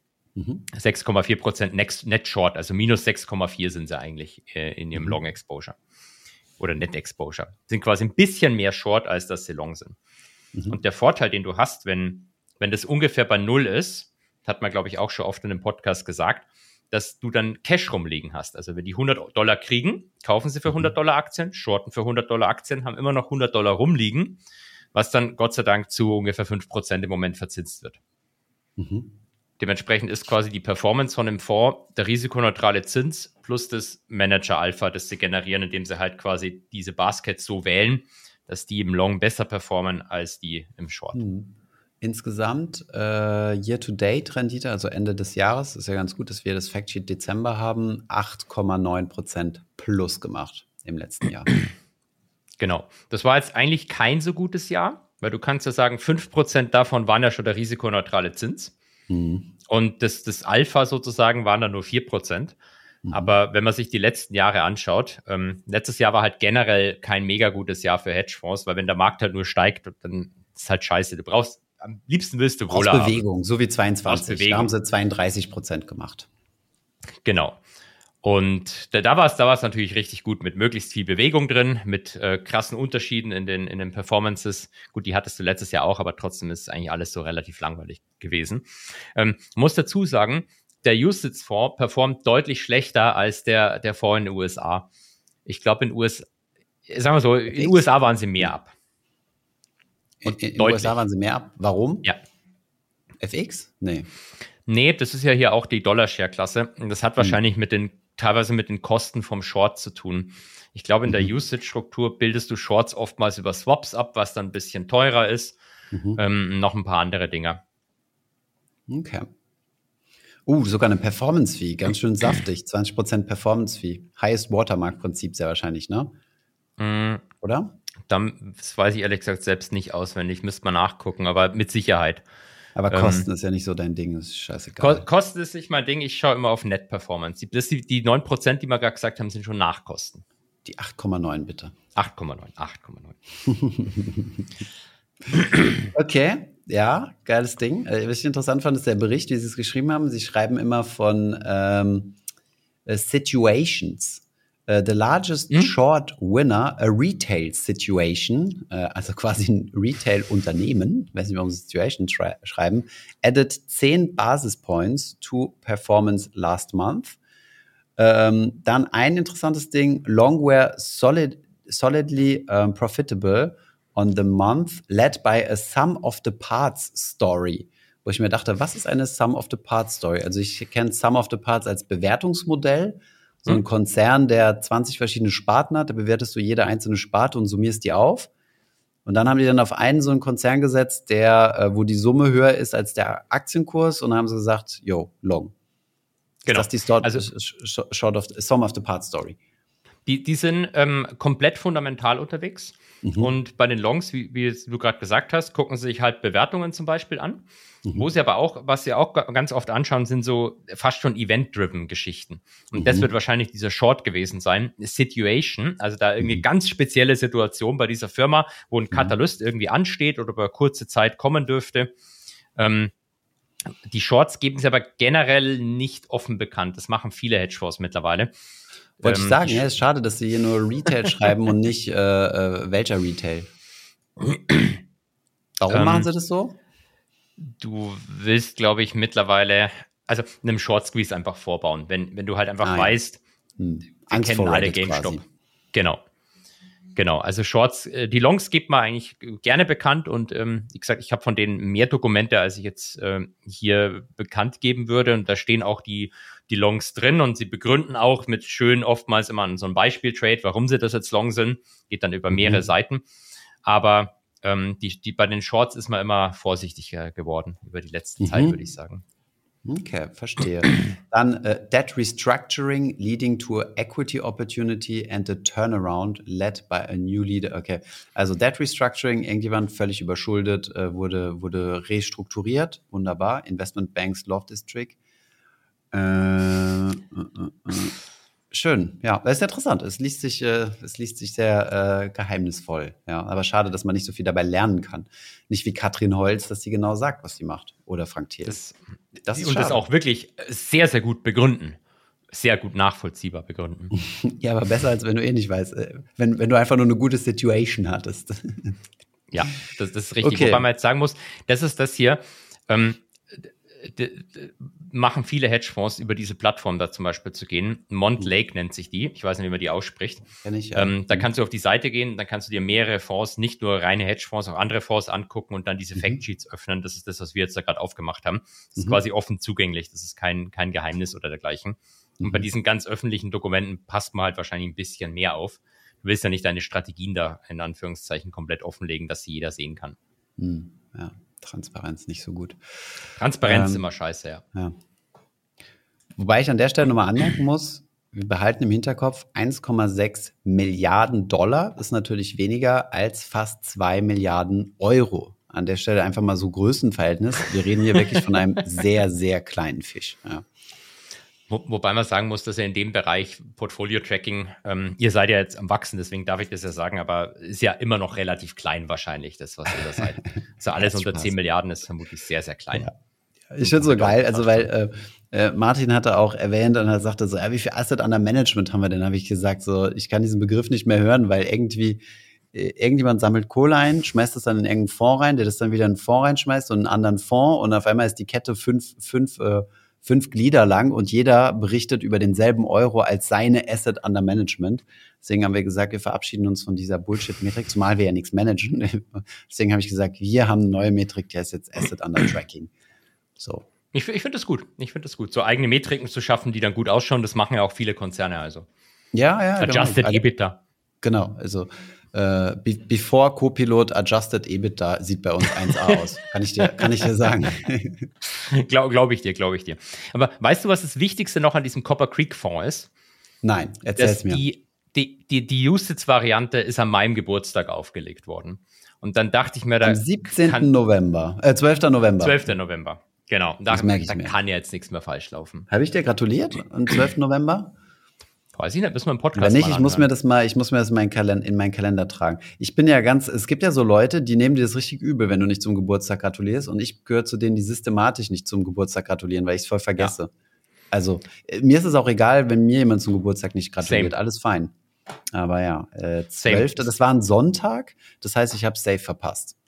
6,4% Net Short, also minus 6,4 sind sie eigentlich in ihrem Long Exposure oder Net Exposure. Sind quasi ein bisschen mehr Short, als dass sie long sind. Und der Vorteil, den du hast, wenn das ungefähr bei 0 ist, hat man, glaube ich, auch schon oft in einem Podcast gesagt, dass du dann Cash rumliegen hast. Also wenn die $100 kriegen, kaufen sie für $100 Aktien, shorten für $100 Aktien, haben immer noch $100 rumliegen, was dann Gott sei Dank zu ungefähr 5% im Moment verzinst wird. Dementsprechend ist quasi die Performance von dem Fonds der risikoneutrale Zins plus das Manager Alpha, das sie generieren, indem sie halt quasi diese Baskets so wählen, dass die im Long besser performen als die im Short. Insgesamt Year-to-Date-Rendite, also Ende des Jahres, ist ja ganz gut, dass wir das Factsheet Dezember haben, 8,9% plus gemacht im letzten Jahr. Genau. Das war jetzt eigentlich kein so gutes Jahr, weil du kannst ja sagen, 5% davon waren ja schon der risikoneutrale Zins. Und das Alpha sozusagen waren dann nur 4%. Aber wenn man sich die letzten Jahre anschaut, letztes Jahr war halt generell kein mega gutes Jahr für Hedgefonds, weil wenn der Markt halt nur steigt, dann ist es halt scheiße. Du brauchst, am liebsten willst du Wohler haben. Bewegung, so wie 22. Da haben sie 32% gemacht. Genau. Und da war es natürlich richtig gut mit möglichst viel Bewegung drin, mit krassen Unterschieden in den Performances. Gut, die hattest du letztes Jahr auch, aber trotzdem ist eigentlich alles so relativ langweilig gewesen. Muss dazu sagen, der UCITS-Fonds performt deutlich schlechter als der Fonds in den USA. Ich glaube, in den USA waren sie mehr ab. In den USA waren sie mehr ab. Warum? Ja. FX? Nee. Nee, das ist ja hier auch die Dollar-Share-Klasse. Und das hat wahrscheinlich teilweise mit den Kosten vom Short zu tun. Ich glaube, in der Usage-Struktur bildest du Shorts oftmals über Swaps ab, was dann ein bisschen teurer ist. Noch ein paar andere Dinger. Okay. Sogar eine Performance-Fee, ganz schön saftig. 20% Performance-Fee. Highest Watermark-Prinzip sehr wahrscheinlich, ne? Oder? Das weiß ich ehrlich gesagt selbst nicht auswendig. Müsste man nachgucken, aber mit Sicherheit. Aber Kosten ist ja nicht so dein Ding, das ist scheißegal. Kosten ist nicht mein Ding, ich schaue immer auf Net-Performance. Die 9%, die wir gerade gesagt haben, sind schon Nachkosten. Die 8,9 bitte. 8,9. Okay, ja, geiles Ding. Was ich interessant fand, ist der Bericht, wie sie es geschrieben haben. Sie schreiben immer von Situations. The largest short winner, a retail situation, also quasi ein Retail-Unternehmen, weiß nicht, warum sie Situation schreiben, added 10 Basis Points to performance last month. Dann ein interessantes Ding, long were solidly profitable on the month, led by a sum of the parts story, wo ich mir dachte, was ist eine Sum of the Parts Story? Also ich kenne Sum of the Parts als Bewertungsmodell. So ein Konzern, der 20 verschiedene Sparten hat, da bewertest du jede einzelne Sparte und summierst die auf. Und dann haben die dann auf einen so einen Konzern gesetzt, der, wo die Summe höher ist als der Aktienkurs, und dann haben sie gesagt, yo, long. Genau. Das ist die Sum of the Parts Story. Die sind komplett fundamental unterwegs. Und bei den Longs, wie du gerade gesagt hast, gucken sie sich halt Bewertungen zum Beispiel an. Wo sie aber auch, was sie auch ganz oft anschauen, sind so fast schon event-driven Geschichten. Und das wird wahrscheinlich dieser Short gewesen sein. Situation, also da irgendwie ganz spezielle Situation bei dieser Firma, wo ein Katalyst irgendwie ansteht oder über kurze Zeit kommen dürfte. Die Shorts geben sie aber generell nicht offen bekannt. Das machen viele Hedgefonds mittlerweile. Wollte ich sagen, ja, ist schade, dass sie hier nur Retail schreiben und nicht welcher Retail. Warum machen sie das so? Du willst, glaube ich, mittlerweile, also einem Short Squeeze einfach vorbauen. Wenn du halt einfach weißt, wir kennen alle GameStop. Genau, also Shorts, die Longs gibt man eigentlich gerne bekannt und wie gesagt, ich habe von denen mehr Dokumente, als ich jetzt hier bekannt geben würde, und da stehen auch die Longs drin und sie begründen auch mit schön oftmals immer so ein Beispiel-Trade, warum sie das jetzt Long sind, geht dann über mehrere Seiten, aber die bei den Shorts ist man immer vorsichtiger geworden über die letzte Zeit, würde ich sagen. Okay, verstehe. Dann Debt Restructuring leading to Equity Opportunity and a Turnaround led by a new leader. Okay, also Debt Restructuring, irgendjemand völlig überschuldet, wurde restrukturiert. Wunderbar. Investment Banks love this trick. Schön, ja, das ist interessant. Es liest sich sehr geheimnisvoll. Ja, aber schade, dass man nicht so viel dabei lernen kann. Nicht wie Katrin Holz, dass sie genau sagt, was sie macht. Oder Frank Thiel. Das ist und das auch wirklich sehr, sehr gut begründen. Sehr gut nachvollziehbar begründen. Ja, aber besser, als wenn du nicht weißt. Wenn du einfach nur eine gute Situation hattest. Ja, das ist richtig. Okay. Wobei man jetzt sagen muss, das ist das hier. Machen viele Hedgefonds über diese Plattform da zum Beispiel zu gehen. Montlake nennt sich die. Ich weiß nicht, wie man die ausspricht. Kenn ich, ja. Da kannst du auf die Seite gehen, dann kannst du dir mehrere Fonds, nicht nur reine Hedgefonds, auch andere Fonds angucken und dann diese Factsheets öffnen. Das ist das, was wir jetzt da gerade aufgemacht haben. Das ist quasi offen zugänglich. Das ist kein Geheimnis oder dergleichen. Und bei diesen ganz öffentlichen Dokumenten passt man halt wahrscheinlich ein bisschen mehr auf. Du willst ja nicht deine Strategien da in Anführungszeichen komplett offenlegen, dass sie jeder sehen kann. Ja. Transparenz nicht so gut. Transparenz ist immer scheiße, ja. Wobei ich an der Stelle nochmal anmerken muss, wir behalten im Hinterkopf, 1,6 Milliarden Dollar ist natürlich weniger als fast 2 Milliarden Euro. An der Stelle einfach mal so Größenverhältnis. Wir reden hier wirklich von einem sehr, sehr kleinen Fisch. Ja. Wobei man sagen muss, dass ihr in dem Bereich Portfolio-Tracking, ihr seid ja jetzt am Wachsen, deswegen darf ich das ja sagen, aber ist ja immer noch relativ klein wahrscheinlich, das, was ihr da seid. Also alles unter 10 Milliarden ist vermutlich sehr, sehr klein. Ja. Ich finde es so geil, also weil Martin hatte auch erwähnt und er sagte so, wie viel Asset Under Management haben wir denn? Habe ich gesagt, so, ich kann diesen Begriff nicht mehr hören, weil irgendjemand sammelt Kohle ein, schmeißt das dann in irgendeinen Fonds rein, der das dann wieder in einen Fonds reinschmeißt und einen anderen Fonds, und auf einmal ist die Kette fünf Glieder lang und jeder berichtet über denselben Euro als seine Asset Under Management. Deswegen haben wir gesagt, wir verabschieden uns von dieser Bullshit-Metrik, zumal wir ja nichts managen. Deswegen habe ich gesagt, wir haben eine neue Metrik, die heißt jetzt Asset Under Tracking. So. Ich finde das gut. So eigene Metriken zu schaffen, die dann gut ausschauen, das machen ja auch viele Konzerne also. Ja. Adjusted genau. EBITDA. Genau, also before Copilot Adjusted EBITDA sieht bei uns 1A aus. Kann ich dir sagen. Glaube ich dir. Aber weißt du, was das Wichtigste noch an diesem Copper Creek Fonds ist? Nein, erzähl's mir. Die UCITS-Variante ist an meinem Geburtstag aufgelegt worden. Und dann dachte ich mir, am 17. November, 12. November. 12. November, genau. Da kann ja jetzt nichts mehr falsch laufen. Habe ich dir gratuliert am 12. November? Weiß ich nicht, müssen wir im Podcast Wenn nicht, ich muss mir das in meinen Kalender tragen. Ich bin ja es gibt ja so Leute, die nehmen dir das richtig übel, wenn du nicht zum Geburtstag gratulierst, und ich gehöre zu denen, die systematisch nicht zum Geburtstag gratulieren, weil ich es voll vergesse. Ja. Also, mir ist es auch egal, wenn mir jemand zum Geburtstag nicht gratuliert, alles fein. Aber ja, 12. Das war ein Sonntag, das heißt, ich habe safe verpasst.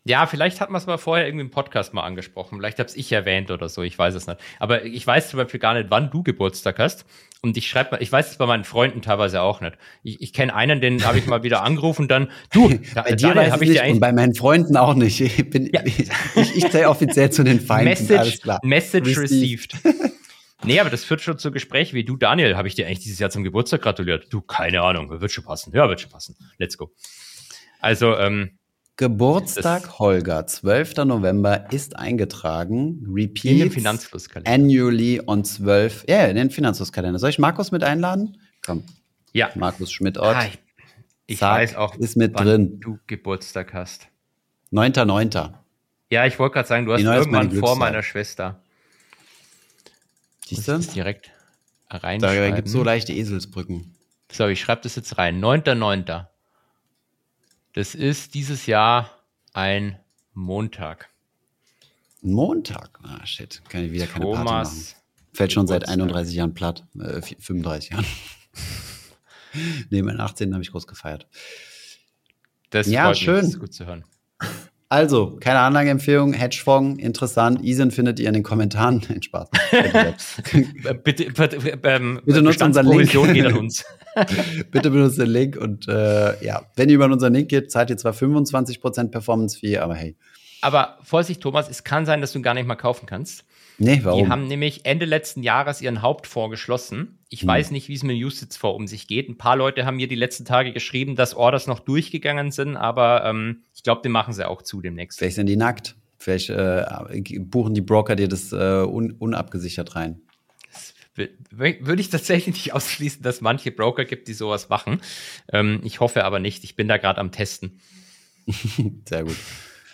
Ja, vielleicht hat man es mal vorher irgendwie im Podcast mal angesprochen. Vielleicht habe es ich erwähnt oder so, ich weiß es nicht. Aber ich weiß zum Beispiel gar nicht, wann du Geburtstag hast. Und ich weiß es bei meinen Freunden teilweise auch nicht. Ich kenne einen, den habe ich mal wieder angerufen, dann, du, bei dir weiß ich nicht und bei meinen Freunden auch nicht. Ich zähle offiziell zu den Feinden, alles klar. Message received. Nee, aber das führt schon zu Gespräch wie du, Daniel, habe ich dir eigentlich dieses Jahr zum Geburtstag gratuliert? Du, keine Ahnung, wird schon passen. Ja, wird schon passen. Let's go. Also, Geburtstag Holger, 12. November ist eingetragen. Repeat. In den Finanzflusskalender. Annually on 12. Ja, in den Finanzflusskalender. Soll ich Markus mit einladen? Komm. Ja. Markus Schmidort. Ich weiß auch, ist mit drin. Du Geburtstag hast. 9.9. Ja, ich wollte gerade sagen, du hast irgendwann vor meiner Schwester. Siehst du? Direkt reinschreiben. Da gibt es so leichte Eselsbrücken. So, ich schreibe das jetzt rein. 9.9. Das ist dieses Jahr ein Montag. Montag? Ah, shit. Kann ich wieder keine Party machen. Fällt schon seit 31 Jahren platt. 35 Jahren. Nee, meinen 18. habe ich groß gefeiert. Das ja, schön. Das ist gut zu hören. Also, keine Anlageempfehlung, Hedgefonds, interessant. ISIN findet ihr in den Kommentaren. Nein, Spaß. Bitte nutzt unseren Link. Geht an uns. Bitte benutzt den Link und wenn ihr über unseren Link geht, zahlt ihr zwar 25% Performance-Fee, aber hey. Aber Vorsicht, Thomas, es kann sein, dass du ihn gar nicht mal kaufen kannst. Nee, warum? Die haben nämlich Ende letzten Jahres ihren Hauptfonds geschlossen. Ich weiß nicht, wie es mit dem UCITS-Fonds um sich geht. Ein paar Leute haben mir die letzten Tage geschrieben, dass Orders noch durchgegangen sind, aber ich glaube, den machen sie auch zu demnächst. Vielleicht sind die nackt. Vielleicht buchen die Broker dir das unabgesichert rein. Würde ich tatsächlich nicht ausschließen, dass manche Broker gibt, die sowas machen. Ich hoffe aber nicht. Ich bin da gerade am Testen. Sehr gut.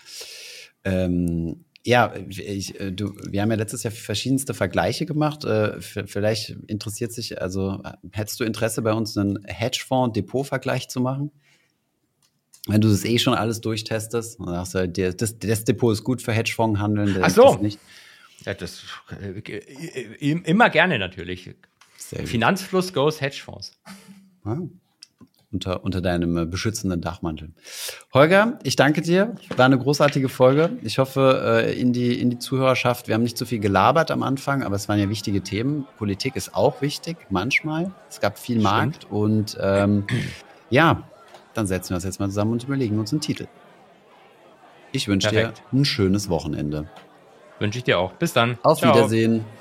Wir haben ja letztes Jahr verschiedenste Vergleiche gemacht. Vielleicht interessiert sich, also hättest du Interesse bei uns einen Hedgefonds-Depot-Vergleich zu machen? Wenn du das schon alles durchtestest, dann sagst du, das Depot ist gut für Hedgefonds-Handeln. Ach so. Nicht. Ja, das immer gerne natürlich. Finanzfluss goes Hedgefonds. Ah. Unter deinem beschützenden Dachmantel. Holger, ich danke dir. War eine großartige Folge. Ich hoffe, in die Zuhörerschaft, wir haben nicht so viel gelabert am Anfang, aber es waren ja wichtige Themen. Politik ist auch wichtig, manchmal. Es gab viel Markt und dann setzen wir uns jetzt mal zusammen und überlegen uns einen Titel. Ich wünsche dir ein schönes Wochenende. Wünsche ich dir auch. Bis dann. Auf Wiedersehen.